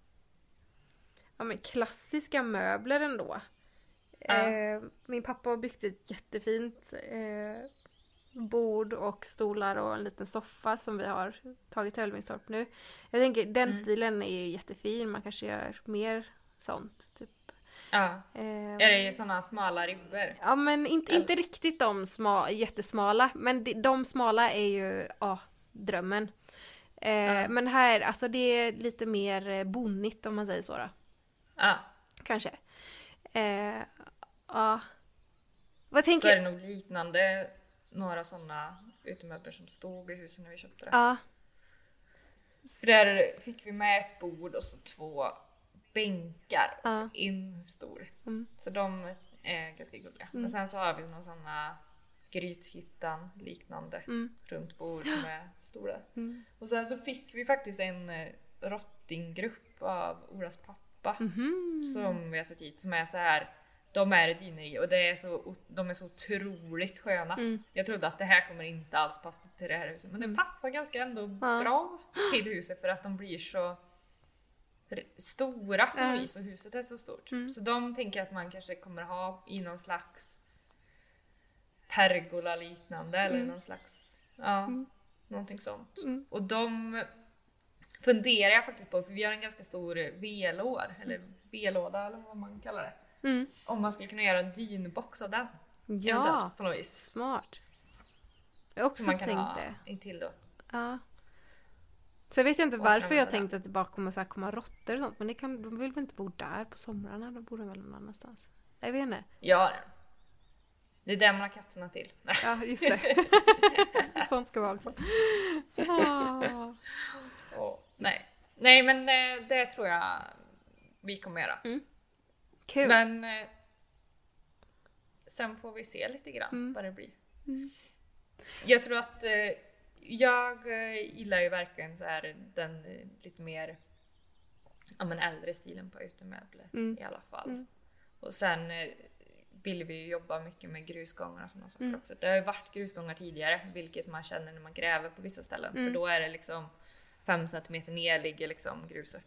B: klassiska möbler ändå. Min pappa har byggt ett jättefint bord och stolar och en liten soffa som vi har tagit till Ölvingstorp nu. Jag tänker den stilen är ju jättefin, man kanske gör mer sånt typ.
A: Ja. Är det sådana smala ribbor?
B: Ja, men inte riktigt de jättesmala, men de smala är ju drömmen. Men här, alltså det är lite mer bonnigt om man säger så då.
A: Ja.
B: Kanske. Vad tänker...
A: Då är det nog liknande några sådana utemöbler som stod i huset när vi köpte det.
B: Ja.
A: För där fick vi med ett bord och så 2 bänkar och en stor. Så de är ganska gulliga. Men sen så har vi någon sådana grythyttan liknande runt bord med stolar. Och sen så fick vi faktiskt en rottinggrupp av Oras pappa som vi har tagit hit, som är så här, de är diner i och de är så otroligt sköna. Jag trodde att det här kommer inte alls passa till det här huset, men det passar ganska ändå bra till huset för att de blir så stora på vis och huset är så stort. Så de tänker att man kanske kommer ha i någon slags pergola liknande eller någon slags någonting sånt. Och de funderar jag faktiskt på, för vi har en ganska stor vedlåda eller vad man kallar det. Om man skulle kunna göra en dynbox av den.
B: Ja,
A: på något vis.
B: Smart. Jag också
A: man kan
B: tänkte.
A: Ha intill då.
B: Ja. Så jag vet inte varför jag tänkte att det bara komma råttor och sånt. Men de vill väl inte bo där på somrarna? De bor väl någon annanstans. Jag vet inte.
A: Ja, det är där man har katterna till.
B: Ja, just det. Sånt ska vara alltså.
A: Nej, men det tror jag vi kommer göra.
B: Kul.
A: Men sen får vi se lite grann vad det blir. Jag tror att jag gillar ju verkligen så här den lite mer äldre stilen på utemöbler i alla fall. Och sen vill vi ju jobba mycket med grusgångar och sådana saker också. Det har ju varit grusgångar tidigare, vilket man känner när man gräver på vissa ställen. För då är det liksom 5 centimeter ner ligger liksom gruset.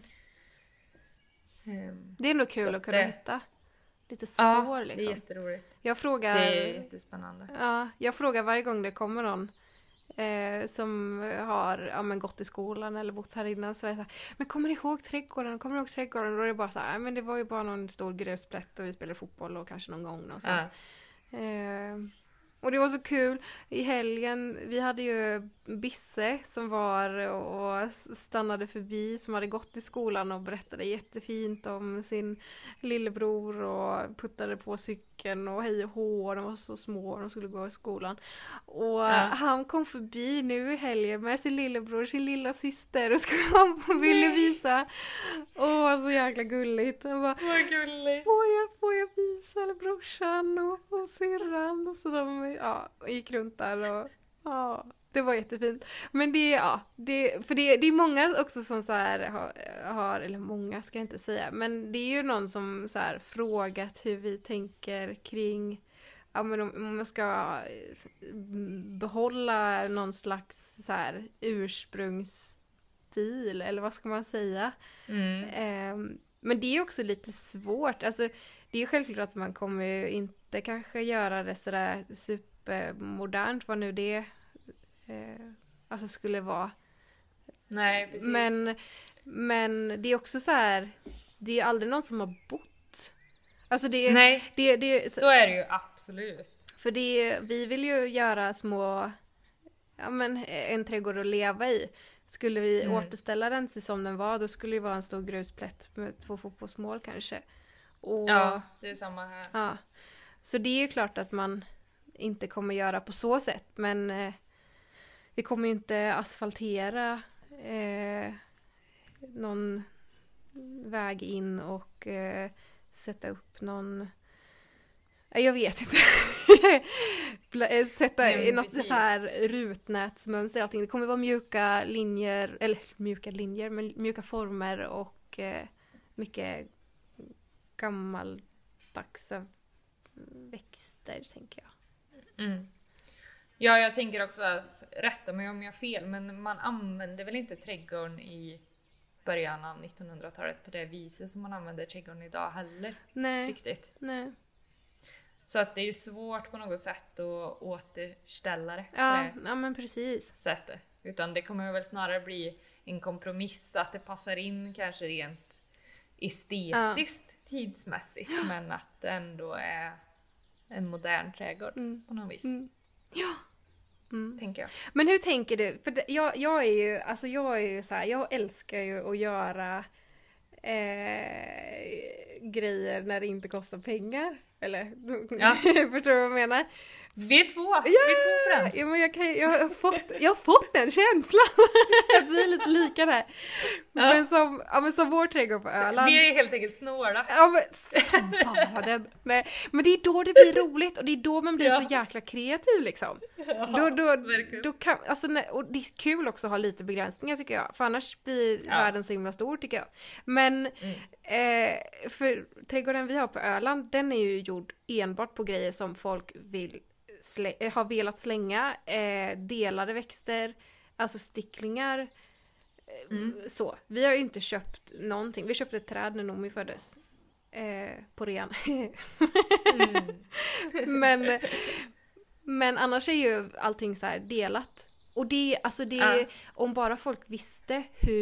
B: Det är nog kul att kunna hitta lite spår liksom.
A: Det är jätteroligt.
B: Det
A: är jättespännande.
B: Ja, jag frågar varje gång det kommer någon som har gått i skolan eller bott här innan, så är jag så här, men kommer ni ihåg trädgården? Och då är det bara så här, men det var ju bara någon stor grusplätt och vi spelade fotboll och kanske någon gång någonstans. Och det var så kul. I helgen, vi hade ju Bisse som var och stannade förbi, som hade gått i skolan och berättade jättefint om sin lillebror och puttade på cykeln och hej och hå, de var så små och de skulle gå i skolan. Och han kom förbi nu i helgen med sin lillebror och sin lilla syster och ville visa. Så jäkla gulligt. Han bara,
A: vad gulligt.
B: Får jag visa eller brorsan och syrran och så de gick runt där och det var jättefint. Men det är många också som så här har, eller många ska jag inte säga, men det är ju någon som så här frågat hur vi tänker kring men om man ska behålla någon slags så här ursprungsstil eller vad ska man säga. Men det är också lite svårt. Alltså det är ju självklart att man kommer ju inte kanske göra det sådär supermodernt, vad nu det skulle vara.
A: Nej, precis.
B: Men det är också så här, det är aldrig någon som har bott. Alltså så
A: är det ju absolut.
B: För vi vill ju göra små en trädgård att leva i. Skulle vi återställa den till som den var, då skulle det vara en stor grusplätt med 2 fotbollsmål kanske.
A: Ja, det är samma här.
B: Ja. Så det är ju klart att man inte kommer göra på så sätt, men vi kommer ju inte asfaltera någon väg in och sätta upp någon... Jag vet inte. Sätta något så här rutnätsmönster. Allting. Det kommer vara mjuka linjer, men mjuka former och mycket gammaldags växter, tänker jag.
A: Mm. Ja, jag tänker också att, rätta mig om jag har fel, men man använder väl inte trädgården i början av 1900-talet på det viset som man använder trädgården idag heller.
B: Nej.
A: Riktigt.
B: Nej.
A: Så att det är ju svårt på något sätt att återställa det.
B: Ja, men precis.
A: Sättet. Utan det kommer väl snarare bli en kompromiss, att det passar in kanske rent estetiskt tidsmässigt, men att det ändå är en modern trädgård på något vis.
B: Ja.
A: Tänker jag.
B: Men hur tänker du? För jag är ju så här, jag älskar ju att göra grejer när det inte kostar pengar. Eller, förstår du vad jag menar?
A: Vi är två för den.
B: Ja, men jag har fått den känslan att vi är lite lika där. Ja. Men som vår trädgård på Öland.
A: Vi är helt enkelt snåla.
B: Ja, men som bara den. Nej, men det är då det blir roligt och det är då man blir så jäkla kreativ liksom.
A: Ja,
B: då kan, alltså, och det är kul också att ha lite begränsningar, tycker jag. För annars blir världen så himla stor, tycker jag. Men för trädgården vi har på Öland, den är ju gjord enbart på grejer som folk har velat slänga, delade växter, alltså sticklingar, så. Vi har ju inte köpt någonting. Vi köpte ett träd när Nomi föddes på rean. Men annars är ju allting så här delat. Och det om bara folk visste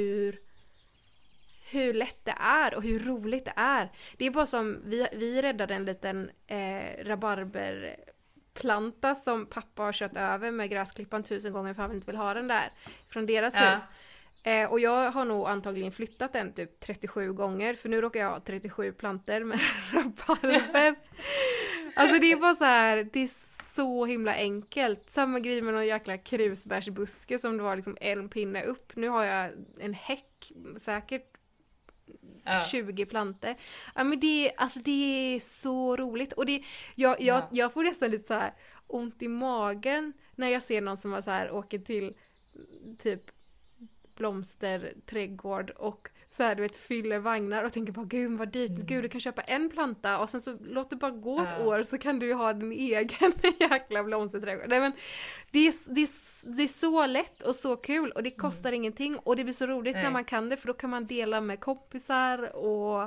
B: hur lätt det är och hur roligt det är. Det är bara som vi räddade en liten rabarberplanta som pappa har kört över med gräsklippan 1000 gånger för han inte vill ha den där från deras hus. Och jag har nog antagligen flyttat den typ 37 gånger, för nu råkar jag ha 37 planter med rabarber. Alltså det är bara så här, det är så himla enkelt. Samma grej med någon jäkla krusbärsbuske som det var liksom en pinne upp. Nu har jag en häck, säkert 20 planter. Ja, men det är så roligt. Och jag får nästan lite så här ont i magen när jag ser någon som har så här åker till typ blomsterträdgård och så här, du vet, fyller vagnar och tänker bara, gud vad dyrt, gud du kan köpa en planta och sen så låt det bara gå ett år så kan du ju ha din egen jäkla blomsterträdgård. Nej, men det är så lätt och så kul och det kostar ingenting och det blir så roligt när man kan det, för då kan man dela med kompisar och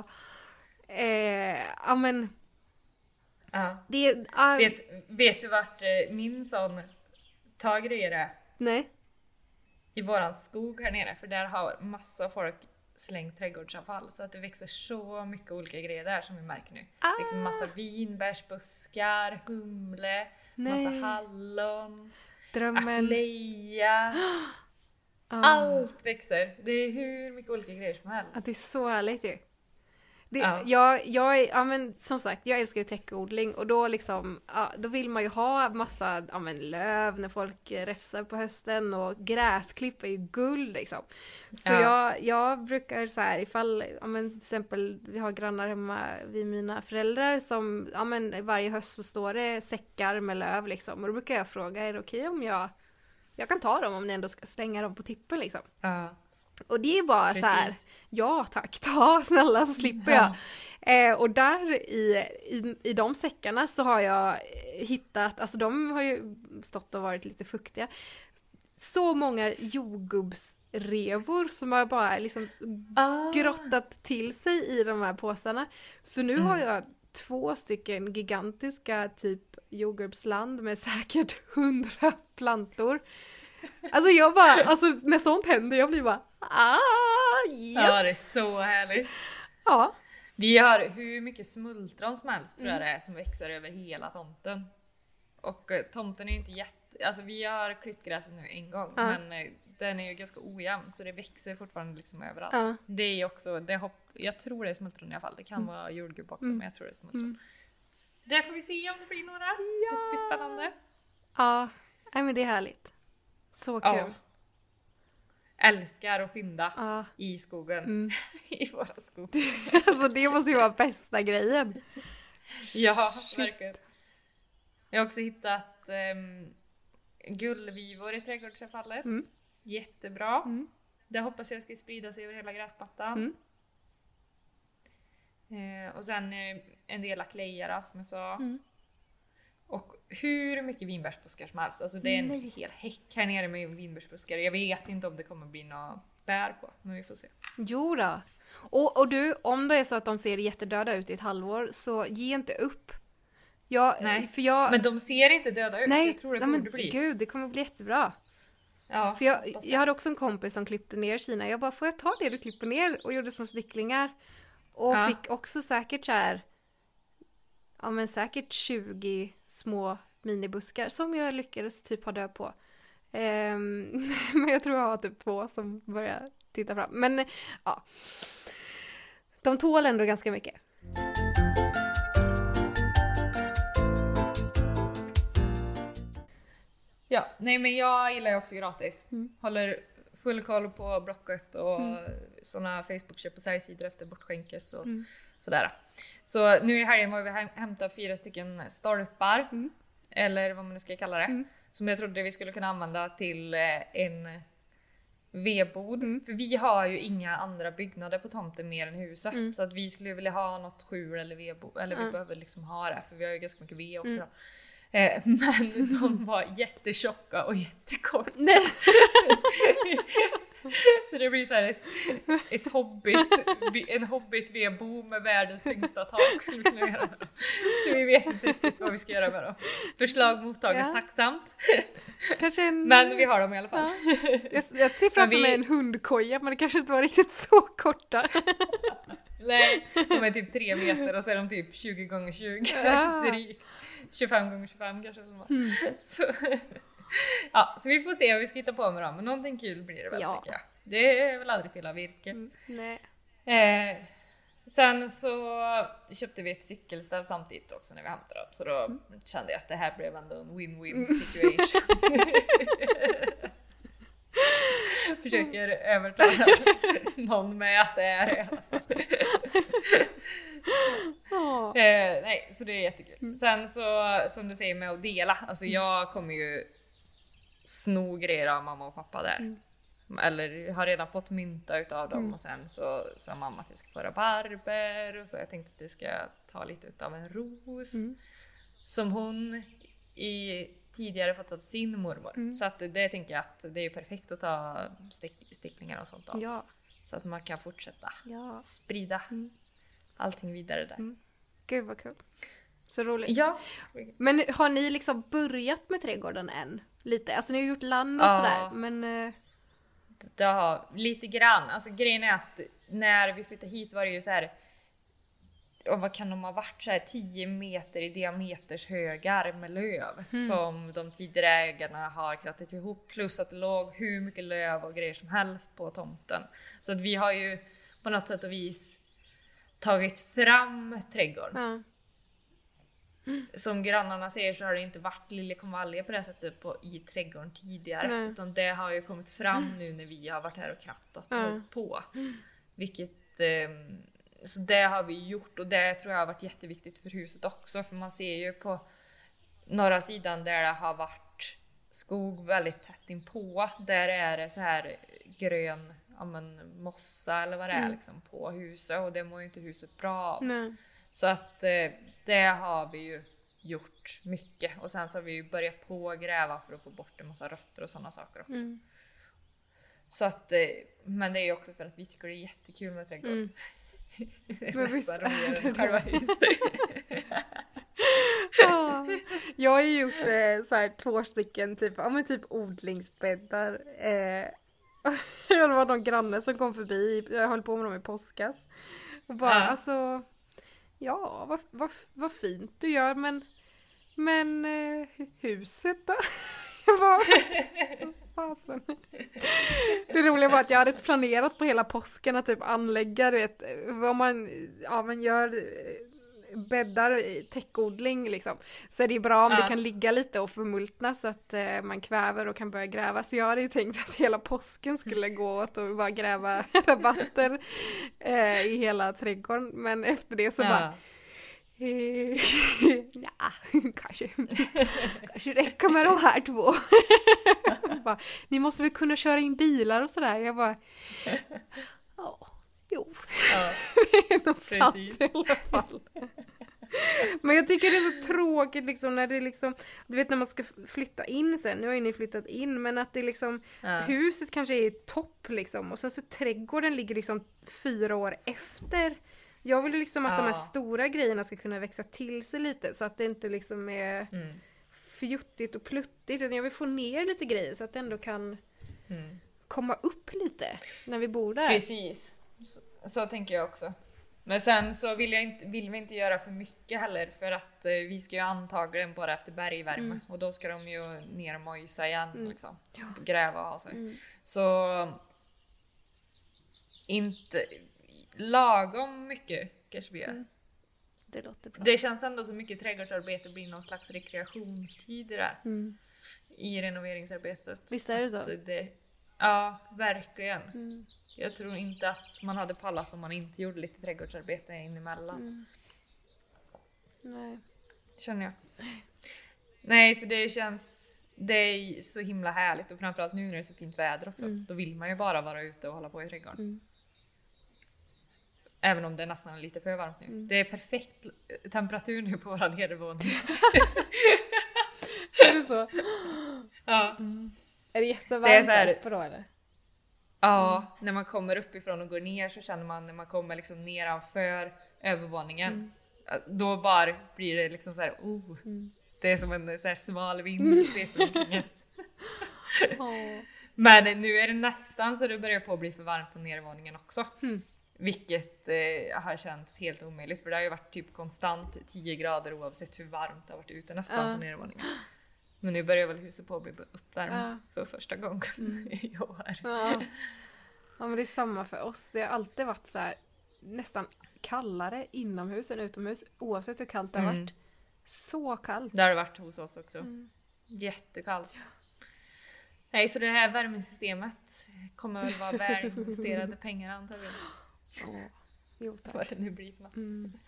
A: Vet du vart min sån grejer är?
B: Nej.
A: I våran skog här nere, för där har massa folk slängt trädgårdsavfall, så att det växer så mycket olika grejer där som vi märker nu. Liksom massa vinbärsbuskar, humle, massa hallon, akleja. Allt växer. Det är hur mycket olika grejer som helst.
B: Ja, det är så härligt ju. Men som sagt, jag älskar ju täckodling och då liksom, då vill man ju ha massa löv när folk räfsar på hösten och gräsklipp är ju guld liksom. Så jag brukar så här, ifall, till exempel vi har grannar hemma vid mina föräldrar som, varje höst så står det säckar med löv liksom, och då brukar jag fråga, är det okej om jag kan ta dem om ni ändå ska slänga dem på tippen liksom. Och det är bara så här, ja tack, ta snälla så slipper jag. Och där i de säckarna så har jag hittat, alltså de har ju stått och varit lite fuktiga, så många jordgubbsrevor som har bara liksom grottat till sig i de här påsarna. Så nu har jag 2 stycken gigantiska typ jordgubbsland med säkert 100 plantor. Alltså jag bara, när sånt händer, jag blir bara yes.
A: Ja, det är så härligt.
B: Ja.
A: Vi har hur mycket smultron som helst tror jag det är, som växer över hela tomten. Och tomten är ju inte alltså vi har klippt gräset nu en gång, men den är ju ganska ojämn så det växer fortfarande liksom överallt. Så det är också, jag tror det är smultron i alla fall. Det kan vara jordgubb också, men jag tror det är smultron. Så där får vi se om det blir några. Det ska bli spännande.
B: Ja, men det är härligt. Så kul.
A: älskar att fynda i skogen. I våra skog.
B: Alltså det måste ju vara bästa grejen.
A: Ja, verkligen. Jag har också hittat gullvivor i trädgårdsavfallet. Jättebra. Det hoppas jag ska sprida sig över hela gräsplattan. Och sen en del aklejara som jag sa. Och hur mycket vinbärsbuskar som helst. Alltså det är en hel häck här nere med vinbärsbuskar. Jag vet inte om det kommer bli några bär på, men vi får se.
B: Jo då. Och du, om det är så att de ser jättedöda ut i ett halvår, så ge inte upp.
A: Nej, men de ser inte döda ut.
B: Nej,
A: så jag tror det kommer bli.
B: Gud, det kommer bli jättebra.
A: Ja,
B: för jag hade också en kompis som klippte ner sina. Jag bara, får jag ta det du klipper ner? Och gjorde små sticklingar. Och fick också säkert så här, ja men säkert 20 små minibuskar som jag lyckades typ ha död på. Men jag tror jag har typ 2 som börjar titta fram. Men ja, de tål ändå ganska mycket.
A: Ja, nej men jag gillar ju också gratis. Håller full koll på Blocket och såna Facebook-köp och säljsidor efter bortskänkes och sådär. Så nu i helgen var vi hämta 4 stycken stolpar. Eller vad man nu ska kalla det. Som jag trodde vi skulle kunna använda till en vedbod. För vi har ju inga andra byggnader på tomten mer än huset. Så att vi skulle vilja ha något skjul eller vedbod. Eller vi behöver liksom ha det, för vi har ju ganska mycket ved också. Men de var jättetjocka och jättekorta. Så det blir så här en hobbit-vedbo med världens tyngsta tak skulle vi kunna göra. Så vi vet inte riktigt vad vi ska göra med dem. Förslag mottages tacksamt. Men vi har dem i alla fall.
B: Jag ser framför mig en hundkoja, men det kanske inte var riktigt så korta.
A: Nej, de är typ 3 meter och så är de typ 20x20. Drygt. 25x25 kanske. Så vi får se vad vi ska hitta på med dem. Men någonting kul blir det väl, tycker jag. Det är väl aldrig fel av virke.
B: Nej.
A: Sen så köpte vi ett cykelställ samtidigt också när vi hämtade upp. Så då kände jag att det här blev ändå en win-win situation. Försöker övertala någon med att det är det i alla fall. Nej, så det är jättekul. Sen så, som du säger med att dela. Alltså jag kommer ju sno grejer av mamma och pappa där. Eller har redan fått mynta utav dem. Och sen så sa mamma att jag ska få rabarber. Och så jag tänkte att jag ska ta lite utav en ros. Som hon tidigare fått av sin mormor. Så att det tänker jag att det är perfekt att ta sticklingar och sånt av.
B: Ja.
A: Så att man kan fortsätta sprida allting vidare där.
B: Gud vad kul. Så roligt.
A: Ja.
B: Men har ni liksom börjat med trädgården än? Lite. Alltså ni har gjort land och sådär. Men
A: det har lite grann. Alltså grejen är att när vi flyttade hit var det ju så här. Och vad kan de ha varit, så här 10 meter i diameters högar med löv som de tidigare ägarna har krattat ihop, plus att det låg hur mycket löv och grejer som helst på tomten. Så att vi har ju på något sätt och vis tagit fram trädgården. Som grannarna säger så har det inte varit liljekonvaljer på det sättet i trädgården tidigare. Utan det har ju kommit fram nu när vi har varit här och krattat och hållit på. Vilket så det har vi gjort, och det tror jag har varit jätteviktigt för huset också. För man ser ju på norra sidan där det har varit skog väldigt tätt inpå. Där är det så här grön mossa eller vad det är liksom på huset. Och det mår ju inte huset bra av. Så att det har vi ju gjort mycket. Och sen så har vi ju börjat på att gräva för att få bort en massa rötter och sådana saker också. Så att, men det är ju också för att vi tycker det är jättekul med trädgård.
B: Men visst är det
A: själva huset.
B: Jag har ju gjort så här 2 stycken typ odlingsbäddar. Det var någon granne som kom förbi. Jag höll på med dem i påskas. Och bara alltså, ja vad fint du gör, men huset då? Jag bara, fasen. Det roliga var att jag hade planerat på hela påsken att typ anlägga, du vet, vad man gör bäddar i täckodling liksom, så är det ju bra om det kan ligga lite och förmultna så att man kväver och kan börja gräva. Så jag hade ju tänkt att hela påsken skulle gå åt och bara gräva rabatter i hela trädgården, men efter det så bara kanske räcker med de här 2. Bara, ni måste väl kunna köra in bilar och sådär. Jag bara jo. Det är något sant i alla fall. Men jag tycker det är så tråkigt liksom när det liksom, du vet när man ska flytta in sen, nu har ju ni flyttat in, men att det liksom huset kanske är topp liksom, och sen så trädgården ligger liksom 4 år efter. Jag vill liksom att de här stora grejerna ska kunna växa till sig lite, så att det inte liksom är fjuttigt och pluttigt, utan jag vill få ner lite grejer så att det ändå kan komma upp lite när vi bor där.
A: Precis. Så tänker jag också. Men sen så vill vi inte göra för mycket heller, för att vi ska ju antagligen bara efter bergvärme och då ska de ju ner och mojsa igen liksom. Gräva och ha sig. Så inte lagom mycket kanske vi gör.
B: Det låter bra.
A: Det känns ändå så mycket trädgårdsarbete blir någon slags rekreationstid där. I renoveringsarbetet.
B: Visst är det så?
A: Ja, verkligen. Jag tror inte att man hade pallat om man inte gjorde lite trädgårdsarbete in emellan.
B: Nej.
A: Känner jag. Nej, så det är så himla härligt, och framförallt nu när det är så fint väder också. Då vill man ju bara vara ute och hålla på i trädgården. Även om det nästan är lite för varmt nu. Det är perfekt temperatur nu på våra nedervåning.
B: Är det så?
A: Ja.
B: Är det jättevarmt där på då eller?
A: Ja, när man kommer uppifrån och går ner så känner man när man kommer liksom nedanför övervåningen. Då bara blir det liksom så här, det är som en så här smal vind sveper omkring. Men nu är det nästan så det börjar på att bli för varmt på nedervåningen också. Vilket har känts helt omöjligt, för det har ju varit typ konstant 10 grader oavsett hur varmt det har varit ute nästan på nedervåningen. Men nu börjar väl huset på att bli uppvärmt för första gången i år.
B: Ja, men det är samma för oss. Det har alltid varit så här nästan kallare inomhus än utomhus, oavsett hur kallt det har varit. Så kallt.
A: Det har det varit hos oss också. Jättekallt. Nej, så det här värmesystemet kommer väl vara väl investerade pengar antagligen.
B: Jo, tack.
A: Vad det nu blir för något.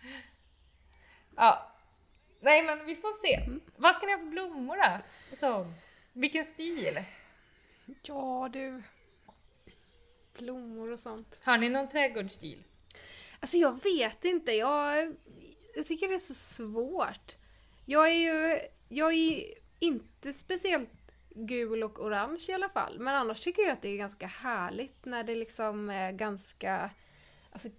A: Ja. Nej, men vi får se. Vad ska ni ha för blommor då? Och sånt. Vilken stil?
B: Ja, du. Blommor och sånt.
A: Har ni någon trädgårdsstil?
B: Alltså jag vet inte. Jag tycker det är så svårt. Jag är inte speciellt gul och orange i alla fall. Men annars tycker jag att det är ganska härligt när det liksom är ganska... Alltså,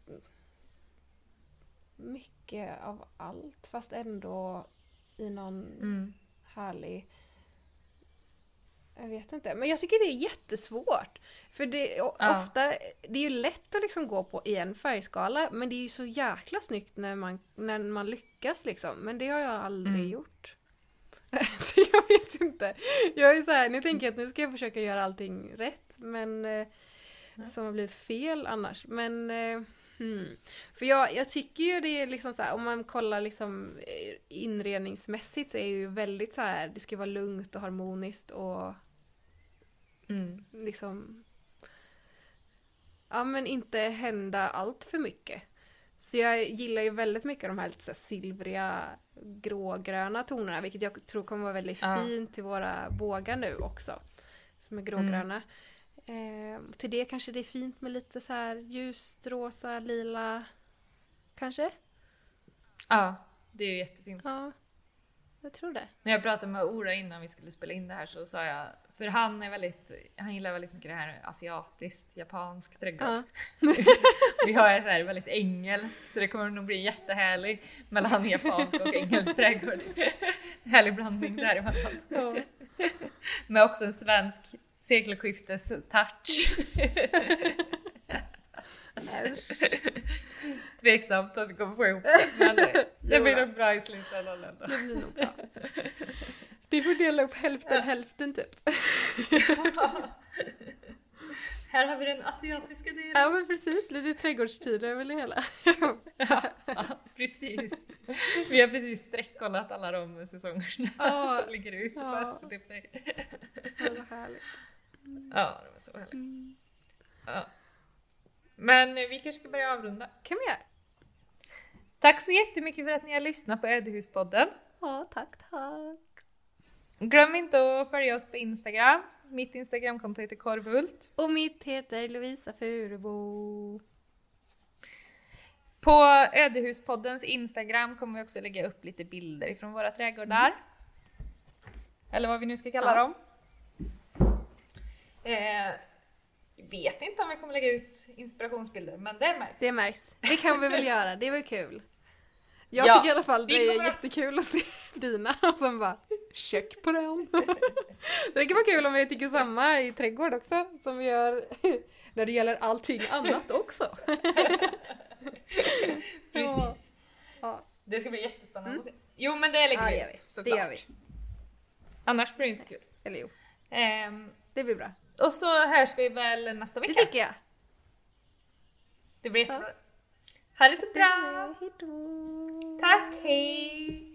B: mycket av allt, fast ändå i någon härlig... Jag vet inte, men jag tycker det är jättesvårt. För ofta, det är ju lätt att liksom gå på i en färgskala, men det är ju så jäkla snyggt när man lyckas liksom. Men det har jag aldrig gjort. Så jag vet inte. Jag är så här, nu tänker jag att nu ska jag försöka göra allting rätt, men som har blivit fel annars. Men för jag tycker ju det är liksom så här, om man kollar liksom inredningsmässigt så är det ju väldigt så här, det ska vara lugnt och harmoniskt och liksom men inte hända allt för mycket. Så jag gillar ju väldigt mycket de här lite så här silvriga grågröna tonerna, vilket jag tror kommer vara väldigt fint till våra bågar nu också, som är grågröna. Till det kanske det är fint med lite så här ljust, rosa, lila kanske? Ja,
A: det är ju jättefint.
B: Ja, jag tror det.
A: När jag pratade med Ola innan vi skulle spela in det här så sa jag, för han gillar väldigt mycket det här asiatiskt, japansk trädgård. Vi har så här väldigt engelsk, så det kommer nog bli jättehärlig mellan japansk och engelsk trädgård. Härlig blandning däremellan. Men också en svensk sekelskiftes touch. Tveksamt att vi kommer få ihop det, men det blir nog bra i slutändan ändå.
B: Det blir nog bra. Vi får dela upp hälften typ.
A: Här har vi den asiatiska delen.
B: Ja, men precis. Lite trädgårdstid över det hela.
A: Ja, precis. Vi har precis sträckkollat alla de säsongerna som ligger ute på SVT Play.
B: Det var härligt.
A: Ja, det var så härligt. Ja. Men vi kanske ska börja avrunda.
B: Kan vi göra?
A: Tack så jättemycket för att ni har lyssnat på Ödehuspodden.
B: Ja, tack.
A: Glöm inte att följa oss på Instagram. Mitt Instagramkonto heter Korvhult.
B: Och mitt heter Lovisa Furubo.
A: På Ödehuspoddens Instagram kommer vi också lägga upp lite bilder ifrån våra trädgårdar. Eller vad vi nu ska kalla dem. Vet inte om vi kommer lägga ut inspirationsbilder, men det märks.
B: Det märks. Det kan vi väl göra, det är väl kul. Jag tycker i alla fall det är jättekul att se dina och sen bara check på den. Det kan vara kul om vi tycker samma i trädgård också som vi gör när det gäller allting annat också.
A: Precis.
B: Ja.
A: Det ska bli jättespännande att se. Jo, men det lägger vi upp, såklart.
B: Det gör vi.
A: Annars blir det inte så kul.
B: Eller jo. Det blir bra.
A: Och så hörs vi väl nästa vecka.
B: Det tycker jag.
A: Det blir jättebra. Ha det så bra.
B: Hejdå.
A: Tack, hej.